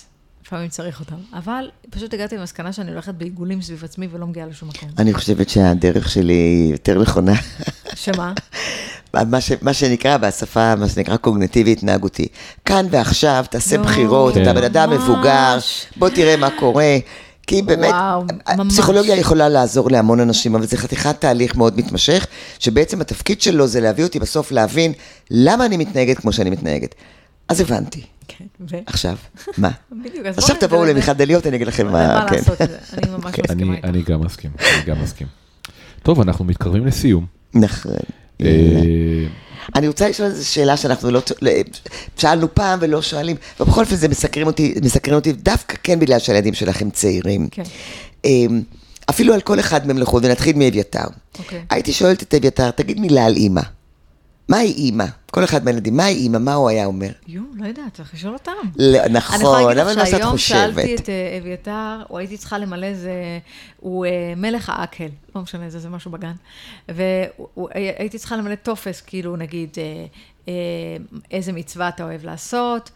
לפעמים צריך אותם. אבל פשוט הגעתי למסקנה שאני הולכת בעיגולים סביב עצמי ולא מגיעה לשום מקום. אני חושבת שהדרך שלי יותר נכונה. שמה? מה שנקרא בשפה, מה שנקרא קוגניטיבי התנהגותי. כאן ועכשיו תעשה בחירות, אתה בן אדם מבוגר, בוא תראה מה קורה. כי באמת, פסיכולוגיה יכולה לעזור להמון אנשים, אבל זה חתיכת תהליך מאוד מתמשך, שבעצם התפקיד שלו זה להביא אותי בסוף להבין למה אני מתנהגת כמו שאני מתנהגת. אז הבנתי. עכשיו, מה? עכשיו תבואו למיכל דליות, אני אגיד לכם מה. מה לעשות את זה, אני ממש מסכימה איתך. אני גם מסכים. טוב, אנחנו מתקרבים לסיום. נכון. אני רוצה לשאול איזו שאלה שאנחנו לא שאלנו פעם ולא שואלים, ובכל אופן זה מסקרן אותי דווקא כן בגלל שהילדים שלכם צעירים. אפילו על כל אחד מהם לחוד, ונתחיל מאביתר. הייתי שואלת את אביתר, תגיד מילה על אימא. מה היא אימא? כל אחד מהילדים, מה היא אימא? מה הוא היה אומר? לא יודעת, צריך לשאול אותם. נכון, אבל מה שאת חושבת? שהיום שאלתי את אביתר, או הייתי צריכה למלא הוא מלך האקל, לא משנה, זה משהו בגן, והייתי צריכה למלא טופס, כאילו נגיד, איזה מצווה אתה אוהב לעשות,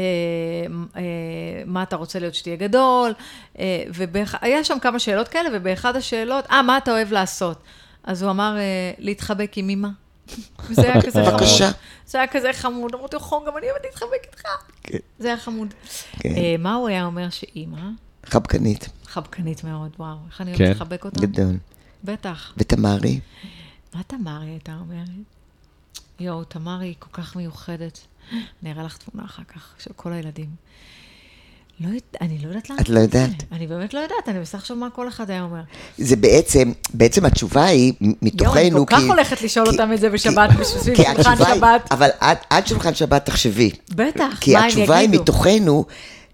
מה אתה רוצה להיות שתהיה גדול, והיה שם כמה שאלות כאלה, ובאחד השאלות, מה אתה אוהב לעשות? אז הוא אמר, להתחבק עם אמא. זה היה כזה חמוד. זה היה כזה חמוד. אמרתי, גם אני אוהבת להתחבק איתך. זה היה חמוד. מה הוא היה אומר שאימא? חבקנית. חבקנית מאוד, וואו. איך אני אוהבת לחבק אותה? גדול. בטח. ותמרי? מה תמרי הייתה אומרת? יואו, תמרי היא כל כך מיוחדת. אני אראה לך תמונה אחר כך, של כל הילדים. אני לא יודעת למה. את לא יודעת? אני באמת לא יודעת, אני בסך עכשיו מה כל אחד היה אומר. זה בעצם התשובה היא מתוכנו. אני כל כך הולכת לשאול אותם את זה בשבת, בשביל שולחן שבת. אבל עד שולחן שבת תחשבי. בטח, כי התשובה היא מתוכנו,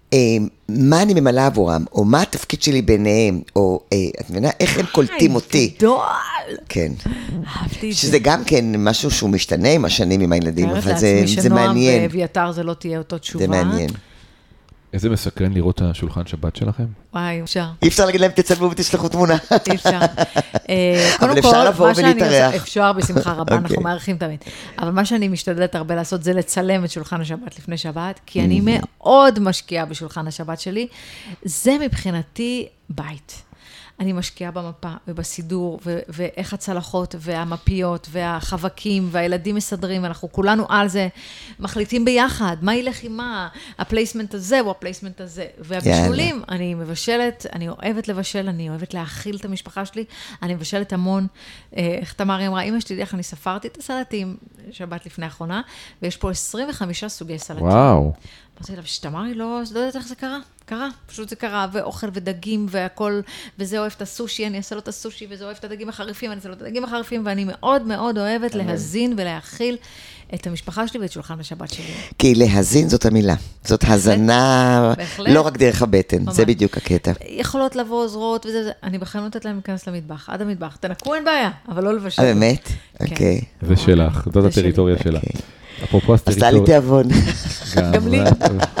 מה אני ממלא עבורם, או מה התפקיד שלי ביניהם, או את מבינה, איך הם קולטים אותי. גדול. כן. אהבתי את זה. שזה גם כן משהו שהוא משתנה עם השנים עם הילדים, אבל זה מעניין. שנועם ואביתר זה לא תהיה אותו תשובה. זה מעניין. איזה מסקרן לראות את השולחן שבת שלכם? וואי, אפשר. אי אפשר להגיד להם תצלמו ותשלחו תמונה. אי אפשר. אבל אפשר לבוא ולהתארח. אפשר בשמחה רבה, אנחנו מערכים תמיד. אבל מה שאני משתדלת הרבה לעשות זה לצלם את שולחן השבת לפני שבת, כי אני מאוד משקיעה בשולחן השבת שלי. זה מבחינתי בית. אני משקיעה במפה ובסידור, ואיך הצלחות והמפיות והחווקים והילדים מסדרים, אנחנו כולנו על זה מחליטים ביחד, מה ילך עם מה, הפלייסמנט הזה או הפלייסמנט הזה. והבישולים, אני מבשלת, אני אוהבת לבשל, אני אוהבת להאכיל את המשפחה שלי, אני מבשלת המון. איך תמרי אמרה, אמא שתדעי איך אני ספרתי את הסלטים, שבת לפני האחרונה, ויש פה 25 סוגי סלטים. וואו. אמרתי לה, שתמרי לא יודעת איך זה קרה, פשוט זה קרה, ואוכל ודגים והכל, וזה אוהב את הסושי, אני אעשה לו את הסושי, וזה אוהב את הדגים החריפים, אני אעשה לו את הדגים החריפים, ואני מאוד מאוד אוהבת להזין ולהאכיל את המשפחה שלי ואת שולחן השבת שלי. כי להזין זאת המילה, זאת הזנה, לא רק דרך הבטן, זה בדיוק הקטע. יכולות לבוא עוזרות, וזה, אני בכלל נותנת להם להיכנס למטבח, עד המטבח, תנקו אין בעיה, אבל לא לבשל. באמת? אוקיי. זה שלך, זאת הטריטוריה שלה. אפרופו עשתה לי תיאבון. גם לי.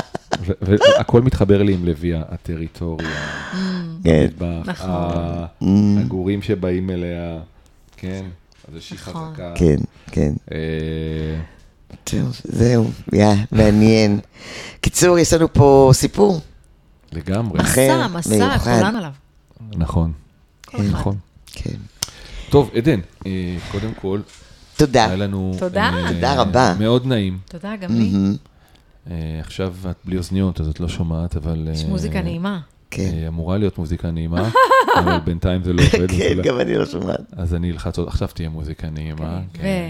והכל מתחבר לי עם לוי, הטריטוריה, המטבח, הגורים שבאים אליה, כן, אז יש שהיא חזקה. כן, כן. טוב, זהו, מעניין. קיצור, יש לנו פה סיפור. לגמרי. מסע, כולן עליו. נכון, נכון. כן. טוב, עדן, קודם כל, תודה. היה לנו תודה רבה. מאוד נעים. תודה, גם לי. עכשיו את בלי אוזניות, אז את לא שומעת, אבל... יש מוזיקה נעימה. אמורה להיות מוזיקה נעימה, אבל בינתיים זה לא עובד. כן, גם אני לא שומעת. אז אני אלחץ עוד, עכשיו תהיה מוזיקה נעימה.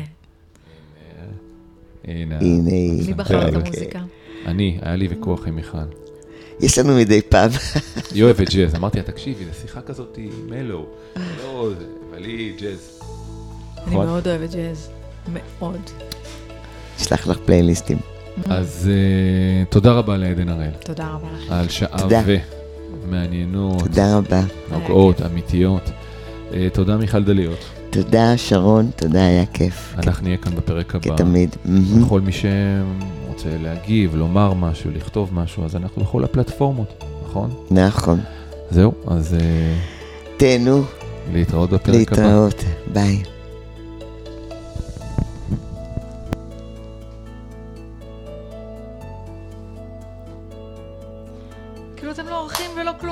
הנה. מי בחר את המוזיקה? היה לי ויכוח עם מיכל. יש לנו מדי פעם. היא אוהבת ג'אז, אמרתי, תקשיבי, זו שיחה כזאת מלו, לא, אבל היא ג'אז. אני מאוד אוהבת ג'אז, מאוד. אשלח לך פלייליסטים. אז תודה רבה לעדן הראל. תודה רבה לך. על שעה ומעניינות. תודה רבה. נוגעות, אמיתיות. תודה מיכל דליות. תודה שרון, תודה, היה כיף. אנחנו נהיה כאן בפרק הבא. כתמיד. כל מי שרוצה להגיב, לומר משהו, לכתוב משהו, אז אנחנו בכל הפלטפורמות, נכון? נכון. זהו, אז... תהנו. להתראות בפרק הבא. להתראות, ביי.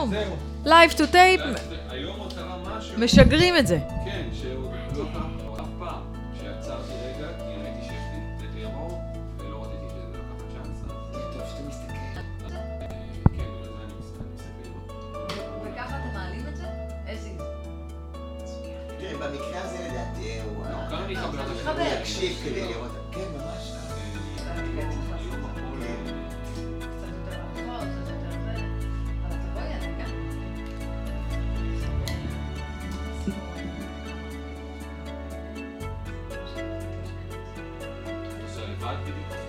כלום. Live to tape, היום עוד קרה משהו. משגרים את זה. כן, שהוא לא קרה אף פעם. שעצרתי רגע, כי ראיתי שיש לי את ירור, ולא רציתי שזה לקחת צ'אנס. טוב שאתה מסתכל. כן, בגלל זה אני מסתכל. וככה אתם מעלים את זה? איזה? תראה, במקרה הזה לדעתי הוא... כאן אני חבר. הוא יקשיב כדי לראות... כן, ממש. זה לבד בדיוק.